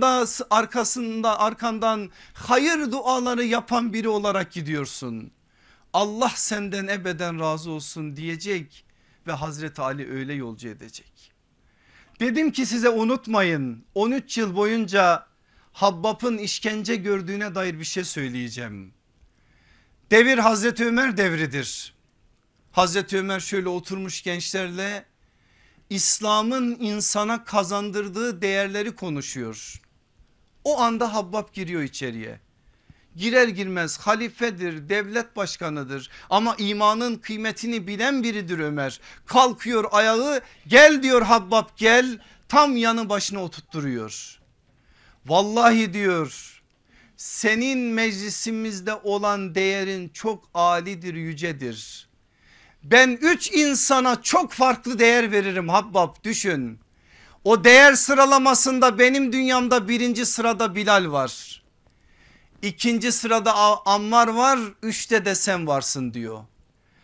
arkandan hayır duaları yapan biri olarak gidiyorsun. Allah senden ebeden razı olsun diyecek ve Hazreti Ali öyle yolcu edecek. Dedim ki size unutmayın, 13 yıl boyunca Habbab'ın işkence gördüğüne dair bir şey söyleyeceğim. Devir Hazreti Ömer devridir. Hazreti Ömer şöyle oturmuş gençlerle İslam'ın insana kazandırdığı değerleri konuşuyor. O anda Habbab giriyor içeriye. Girer girmez halifedir, devlet başkanıdır ama imanın kıymetini bilen biridir Ömer. Kalkıyor ayağı, gel diyor Habbab, gel, tam yanı başına oturtturuyor. Vallahi diyor, senin meclisimizde olan değerin çok âlidir, yücedir. Ben 3 insana çok farklı değer veririm Habbab, düşün. O değer sıralamasında benim dünyamda 1. sırada Bilal var. 2. sırada Ammar var, 3'te de sen varsın diyor.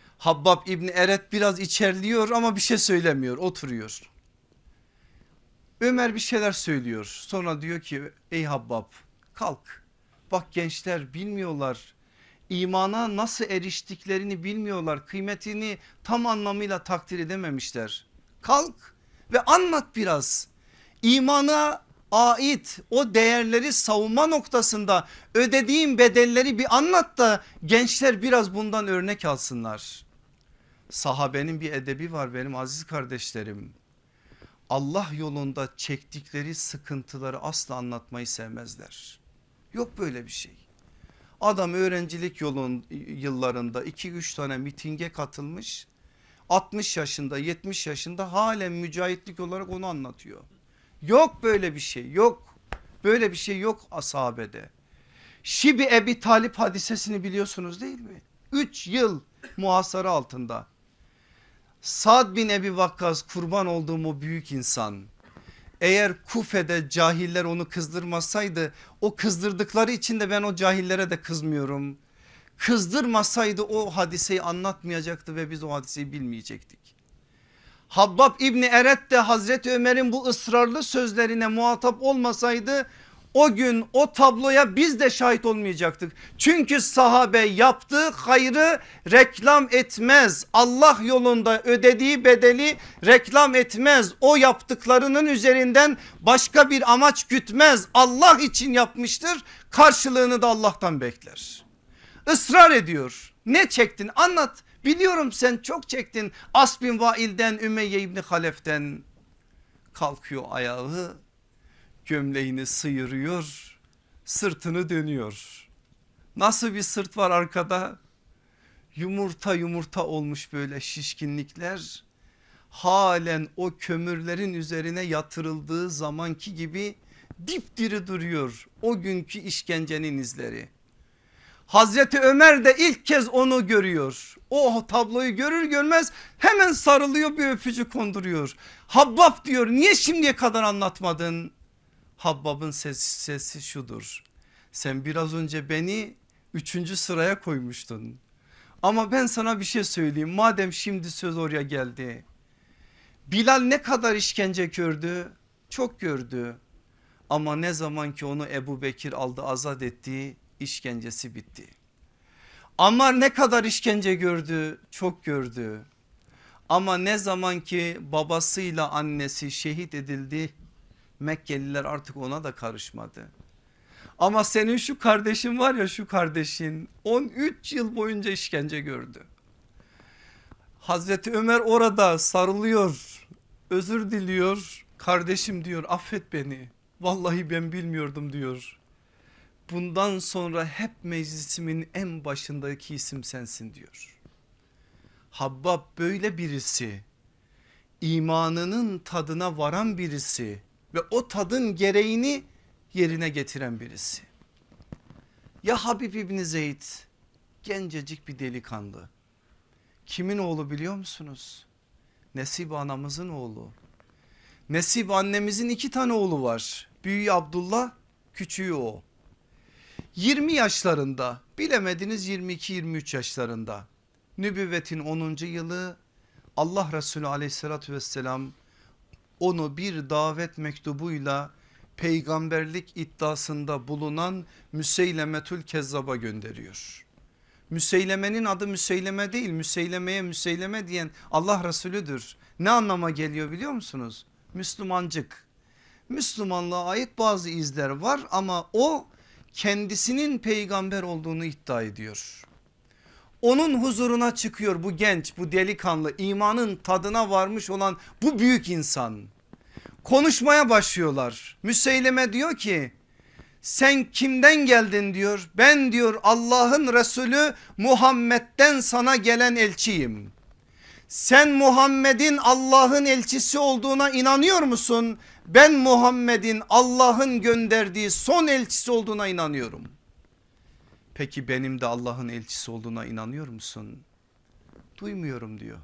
Habbab İbni Eret biraz içerliyor ama bir şey söylemiyor, oturuyor. Ömer bir şeyler söylüyor. Sonra diyor ki ey Habbab kalk. Bak gençler bilmiyorlar. İmana nasıl eriştiklerini bilmiyorlar. Kıymetini tam anlamıyla takdir edememişler. Kalk ve anlat biraz. İmana ait o değerleri savunma noktasında ödediğin bedelleri bir anlat da gençler biraz bundan örnek alsınlar. Sahabenin bir edebi var benim aziz kardeşlerim. Allah yolunda çektikleri sıkıntıları asla anlatmayı sevmezler. Yok böyle bir şey. Adam öğrencilik yıllarında 2-3 tane mitinge katılmış. 60 yaşında 70 yaşında halen mücahitlik olarak onu anlatıyor. Yok böyle bir şey, yok. Böyle bir şey yok sahabede. Şibi Ebi Talip hadisesini biliyorsunuz değil mi? 3 yıl muhasara altında. Sad bin Ebi Vakkas kurban olduğum o büyük insan. Eğer Kufe'de cahiller onu kızdırmasaydı, o kızdırdıkları için de ben o cahillere de kızmıyorum. Kızdırmasaydı o hadiseyi anlatmayacaktı ve biz o hadiseyi bilmeyecektik. Habbab İbni Eret de Hazreti Ömer'in bu ısrarlı sözlerine muhatap olmasaydı o gün o tabloya biz de şahit olmayacaktık. Çünkü sahabe yaptığı hayrı reklam etmez. Allah yolunda ödediği bedeli reklam etmez. O yaptıklarının üzerinden başka bir amaç gütmez. Allah için yapmıştır. Karşılığını da Allah'tan bekler. Israr ediyor. Ne çektin anlat. Biliyorum sen çok çektin. As bin Vail'den, Ümeyye İbni Halef'ten. Kalkıyor ayağı, gömleğini sıyırıyor, sırtını dönüyor. Nasıl bir sırt var arkada? Yumurta yumurta olmuş böyle şişkinlikler. Halen o kömürlerin üzerine yatırıldığı zamanki gibi dipdiri duruyor o günkü işkencenin izleri. Hazreti Ömer de ilk kez onu görüyor. O tabloyu görür görmez hemen sarılıyor, bir öpücük konduruyor. Habbab diyor niye şimdiye kadar anlatmadın? Habbab'ın sesi şudur. Sen biraz önce beni 3. sıraya koymuştun. Ama ben sana bir şey söyleyeyim madem şimdi söz oraya geldi. Bilal ne kadar işkence gördü? Çok gördü. Ama ne zaman ki onu Ebu Bekir aldı azat etti, işkencesi bitti. Ammar ne kadar işkence gördü? Çok gördü. Ama ne zaman ki babasıyla annesi şehit edildi, Mekkeliler artık ona da karışmadı. Ama senin şu kardeşin var ya, şu kardeşin 13 yıl boyunca işkence gördü. Hazreti Ömer orada sarılıyor, özür diliyor. Kardeşim diyor affet beni. Vallahi ben bilmiyordum diyor. Bundan sonra hep meclisimin en başındaki isim sensin diyor. Habbab böyle birisi, imanının tadına varan birisi ve o tadın gereğini yerine getiren birisi. Ya Habib İbni Zeyd gencecik bir delikanlı. Kimin oğlu biliyor musunuz? Nesibe anamızın oğlu. Nesibe annemizin 2 tane oğlu var. Büyüğü Abdullah, küçüğü o. 20 yaşlarında, bilemediniz 22-23 yaşlarında, nübüvvetin 10. yılı, Allah Resulü aleyhissalatü vesselam onu bir davet mektubuyla peygamberlik iddiasında bulunan Müseylemetül Kezzab'a gönderiyor. Müseylemenin adı Müseyleme değil, Müseylemeye Müseyleme diyen Allah Resulüdür. Ne anlama geliyor biliyor musunuz? Müslümancık. Müslümanlığa ait bazı izler var ama o kendisinin peygamber olduğunu iddia ediyor. Onun huzuruna çıkıyor bu genç, bu delikanlı, imanın tadına varmış olan bu büyük insan. Konuşmaya başlıyorlar. Müseyleme diyor ki sen kimden geldin diyor. Ben diyor Allah'ın Resulü Muhammed'den sana gelen elçiyim. Sen Muhammed'in Allah'ın elçisi olduğuna inanıyor musun? Ben Muhammed'in Allah'ın gönderdiği son elçisi olduğuna inanıyorum. Peki benim de Allah'ın elçisi olduğuna inanıyor musun? Duymuyorum diyor.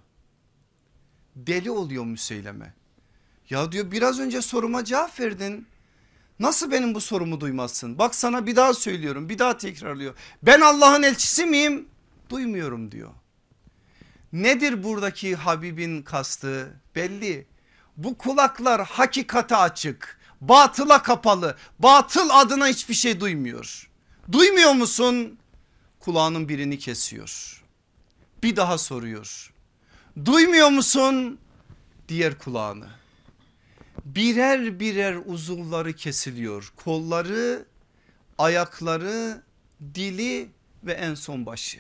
Deli oluyor Müseyleme. Ya diyor biraz önce soruma cevap verdin. Nasıl benim bu sorumu duymazsın? Bak sana bir daha söylüyorum, bir daha tekrarlıyor. Ben Allah'ın elçisi miyim? Duymuyorum diyor. Nedir buradaki Habib'in kastı? Belli. Bu kulaklar hakikate açık, batıla kapalı. Batıl adına hiçbir şey duymuyor. Duymuyor musun? Kulağının birini kesiyor. Bir daha soruyor. Duymuyor musun? Diğer kulağını. Birer birer uzuvları kesiliyor. Kolları, ayakları, dili ve en son başı.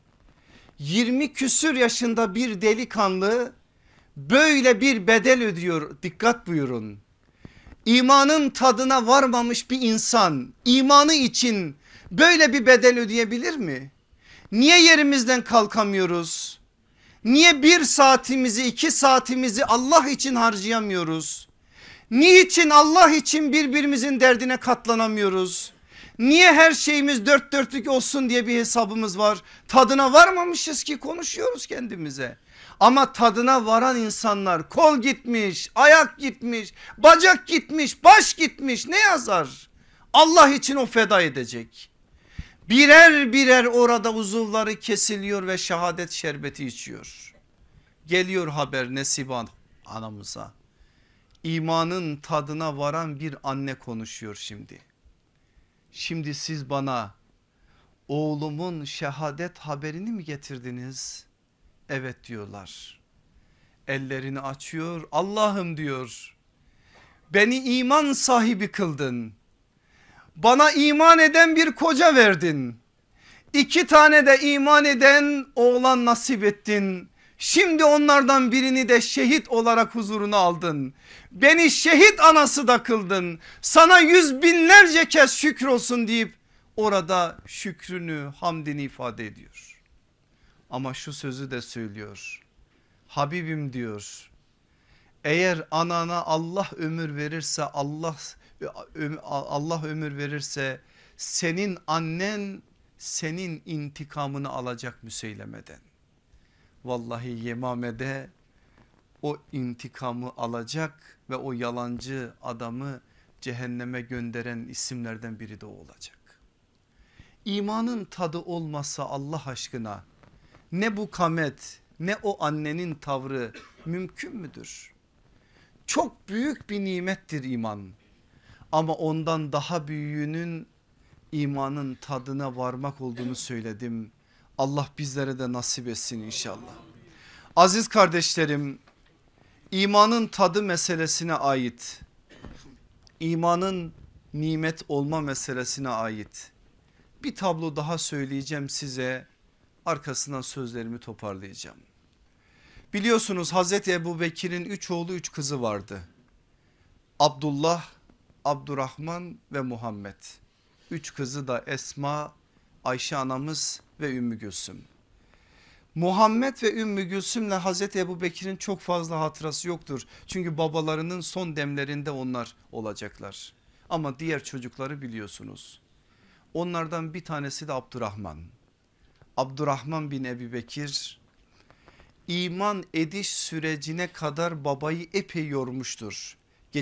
20 küsür yaşında bir delikanlı böyle bir bedel ödüyor. Dikkat buyurun. İmanın tadına varmamış bir insan imanı için böyle bir bedel ödeyebilir mi? Niye yerimizden kalkamıyoruz? Niye 1 saatimizi 2 saatimizi Allah için harcayamıyoruz? Niçin Allah için birbirimizin derdine katlanamıyoruz? Niye her şeyimiz dört dörtlük olsun diye bir hesabımız var? Tadına varmamışız ki konuşuyoruz kendimize. Ama tadına varan insanlar kol gitmiş, ayak gitmiş, bacak gitmiş, baş gitmiş, ne yazar? Allah için o feda edecek. Birer birer orada uzuvları kesiliyor ve şehadet şerbeti içiyor. Geliyor haber Nesibe anamıza. İmanın tadına varan bir anne konuşuyor şimdi. Şimdi siz bana oğlumun şehadet haberini mi getirdiniz? Evet diyorlar. Ellerini açıyor. Allah'ım diyor. Beni iman sahibi kıldın. Bana iman eden bir koca verdin. 2 tane de iman eden oğlan nasip ettin. Şimdi onlardan birini de şehit olarak huzuruna aldın. Beni şehit anası da kıldın. Sana 100 binlerce kez şükür olsun deyip orada şükrünü, hamdini ifade ediyor. Ama şu sözü de söylüyor. Habibim diyor. Eğer anana Allah ömür verirse Allah ömür verirse senin annen senin intikamını alacak Müseyleme'den. Vallahi Yemame'de o intikamı alacak ve o yalancı adamı cehenneme gönderen isimlerden biri de o olacak. İmanın tadı olmasa Allah aşkına ne bu kamet ne o annenin tavrı mümkün müdür? Çok büyük bir nimettir iman ama ondan daha büyüğünün imanın tadına varmak olduğunu söyledim. Allah bizlere de nasip etsin inşallah. Aziz kardeşlerim, imanın tadı meselesine ait, imanın nimet olma meselesine ait bir tablo daha söyleyeceğim size, arkasından sözlerimi toparlayacağım. Biliyorsunuz Hazreti Ebubekir'in 3 oğlu 3 kızı vardı. Abdullah, Abdurrahman ve Muhammed. 3 kızı da Esma, Ayşe anamız ve Ümmü Gülsüm. Muhammed ve Ümmü Gülsüm'le Hazreti Ebubekir'in çok fazla hatırası yoktur. Çünkü babalarının son demlerinde onlar olacaklar. Ama diğer çocukları biliyorsunuz. Onlardan bir tanesi de Abdurrahman. Abdurrahman bin Ebu Bekir iman ediş sürecine kadar babayı epey yormuştur.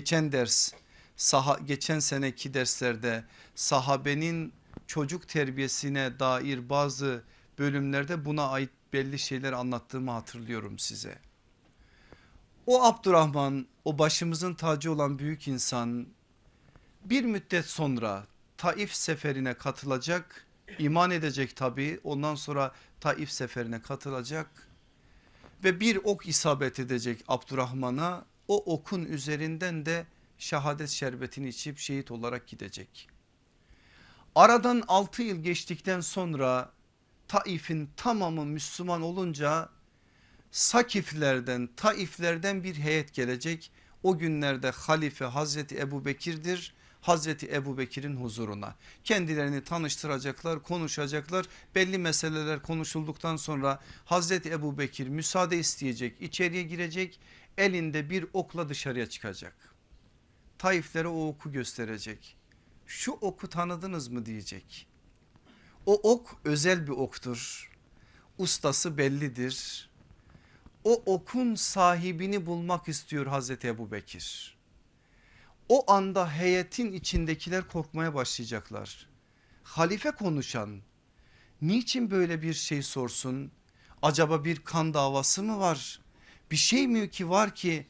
Geçen seneki derslerde sahabenin çocuk terbiyesine dair bazı bölümlerde buna ait belli şeyler anlattığımı hatırlıyorum size. O Abdurrahman, o başımızın tacı olan büyük insan bir müddet sonra Taif seferine katılacak, iman edecek tabii, ondan sonra Taif seferine katılacak ve bir ok isabet edecek Abdurrahman'a. O okun üzerinden de şehadet şerbetini içip şehit olarak gidecek. Aradan 6 yıl geçtikten sonra Taif'in tamamı Müslüman olunca Sakiflerden, Taiflerden bir heyet gelecek. O günlerde halife Hazreti Ebubekir'dir. Hazreti Ebubekir'in huzuruna kendilerini tanıştıracaklar, konuşacaklar. Belli meseleler konuşulduktan sonra Hazreti Ebubekir müsaade isteyecek, içeriye girecek, elinde bir okla dışarıya çıkacak. Taiflere o oku gösterecek. Şu oku tanıdınız mı diyecek. O ok özel bir oktur. Ustası bellidir. O okun sahibini bulmak istiyor Hazreti Ebubekir. O anda heyetin içindekiler korkmaya başlayacaklar. Halife konuşan niçin böyle bir şey sorsun? Acaba bir kan davası mı var? Bir şey mi ki var ki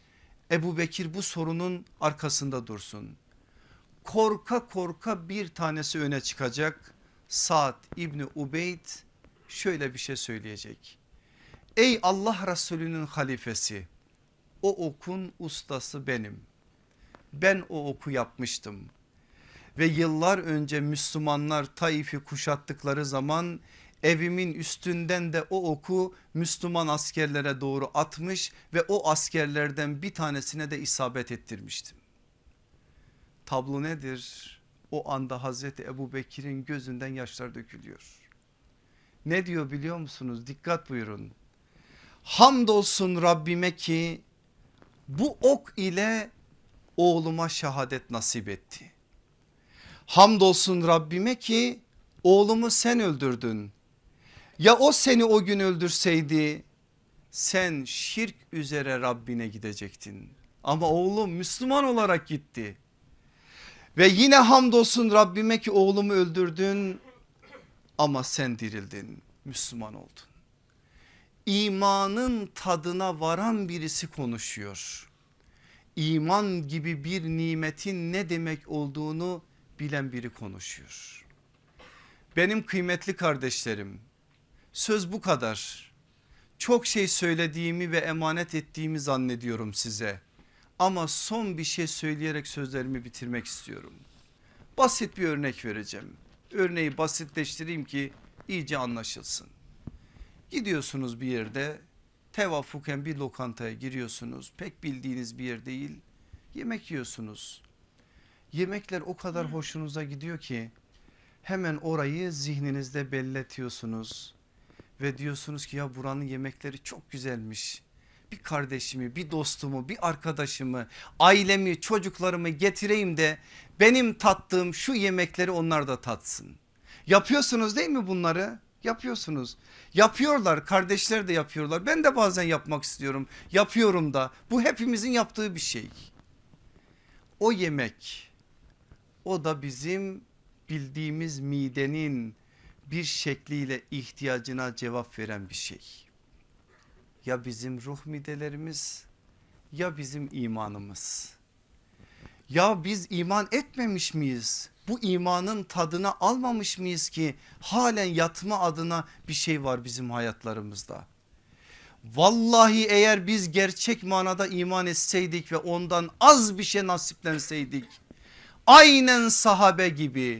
Ebu Bekir bu sorunun arkasında dursun. Korka korka bir tanesi öne çıkacak. Sa'd İbni Ubeyd şöyle bir şey söyleyecek. Ey Allah Resulü'nün halifesi, o okun ustası benim. Ben o oku yapmıştım. Ve yıllar önce Müslümanlar Taif'i kuşattıkları zaman evimin üstünden de o oku Müslüman askerlere doğru atmış ve o askerlerden bir tanesine de isabet ettirmiştim. Tablo nedir? O anda Hazreti Ebu Bekir'in gözünden yaşlar dökülüyor. Ne diyor biliyor musunuz? Dikkat buyurun. Hamdolsun Rabbime ki bu ok ile oğluma şehadet nasip etti. Hamdolsun Rabbime ki oğlumu sen öldürdün. Ya o seni o gün öldürseydi sen şirk üzere Rabbine gidecektin. Ama oğlum Müslüman olarak gitti. Ve yine hamdolsun Rabbime ki oğlumu öldürdün ama sen dirildin, Müslüman oldun. İmanın tadına varan birisi konuşuyor. İman gibi bir nimetin ne demek olduğunu bilen biri konuşuyor. Benim kıymetli kardeşlerim, söz bu kadar. Çok şey söylediğimi ve emanet ettiğimi zannediyorum size. Ama son bir şey söyleyerek sözlerimi bitirmek istiyorum. Basit bir örnek vereceğim. Örneği basitleştireyim ki iyice anlaşılsın. Gidiyorsunuz bir yerde, tevafuken bir lokantaya giriyorsunuz. Pek bildiğiniz bir yer değil. Yemek yiyorsunuz. Yemekler o kadar hoşunuza gidiyor ki hemen orayı zihninizde belletiyorsunuz. Ve diyorsunuz ki ya buranın yemekleri çok güzelmiş. Bir kardeşimi, bir dostumu, bir arkadaşımı, ailemi, çocuklarımı getireyim de benim tattığım şu yemekleri onlar da tatsın. Yapıyorsunuz değil mi bunları? Yapıyorsunuz. Yapıyorlar, kardeşler de yapıyorlar. Ben de bazen yapmak istiyorum. Yapıyorum da. Bu hepimizin yaptığı bir şey. O yemek, o da bizim bildiğimiz midenin bir şekliyle ihtiyacına cevap veren bir şey. Ya bizim ruh midelerimiz ya bizim imanımız. Ya biz iman etmemiş miyiz? Bu imanın tadına almamış mıyız ki halen yatma adına bir şey var bizim hayatlarımızda? Vallahi eğer biz gerçek manada iman etseydik ve ondan az bir şey nasiplenseydik, aynen sahabe gibi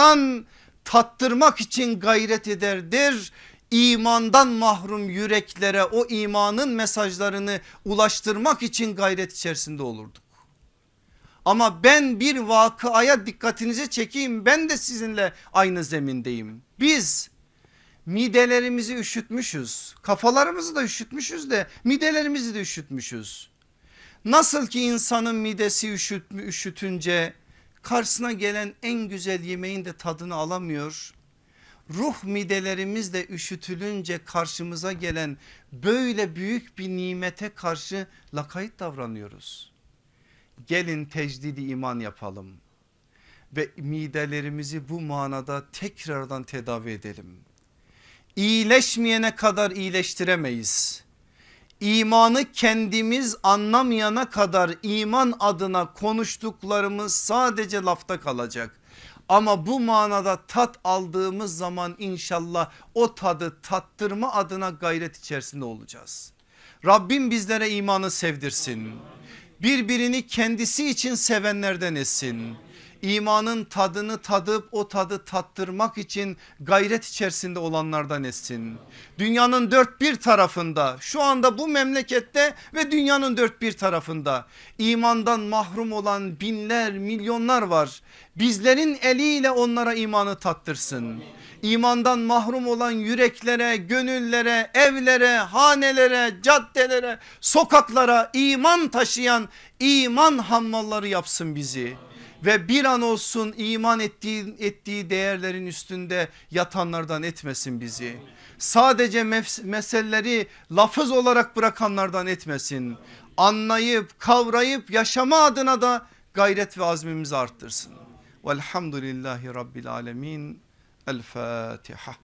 tattırmak için gayret ederdir. İmandan mahrum yüreklere o imanın mesajlarını ulaştırmak için gayret içerisinde olurduk. Ama ben bir vakıaya dikkatinizi çekeyim, ben de sizinle aynı zemindeyim. Biz midelerimizi üşütmüşüz, kafalarımızı da üşütmüşüz de midelerimizi de üşütmüşüz. Nasıl ki insanın midesi üşütünce karşısına gelen en güzel yemeğin de tadını alamıyor. Ruh midelerimiz de üşütülünce karşımıza gelen böyle büyük bir nimete karşı lakayt davranıyoruz. Gelin tecdidi iman yapalım ve midelerimizi bu manada tekrardan tedavi edelim. İyileşmeyene kadar iyileştiremeyiz. İmanı kendimiz anlamayana kadar iman adına konuştuklarımız sadece lafta kalacak. Ama bu manada tat aldığımız zaman inşallah o tadı tattırma adına gayret içerisinde olacağız. Rabbim bizlere imanı sevdirsin. Birbirini kendisi için sevenlerden etsin. İmanın tadını tadıp o tadı tattırmak için gayret içerisinde olanlardan etsin. Dünyanın dört bir tarafında, şu anda bu memlekette ve dünyanın dört bir tarafında imandan mahrum olan binler milyonlar var. Bizlerin eliyle onlara imanı tattırsın. İmandan mahrum olan yüreklere, gönüllere, evlere, hanelere, caddelere, sokaklara iman taşıyan iman hammalları yapsın bizi. Ve bir an olsun iman ettiği değerlerin üstünde yatanlardan etmesin bizi. Sadece meseleleri lafız olarak bırakanlardan etmesin. Anlayıp kavrayıp yaşama adına da gayret ve azmimizi arttırsın. Velhamdülillahi Rabbil alemin. El Fatiha.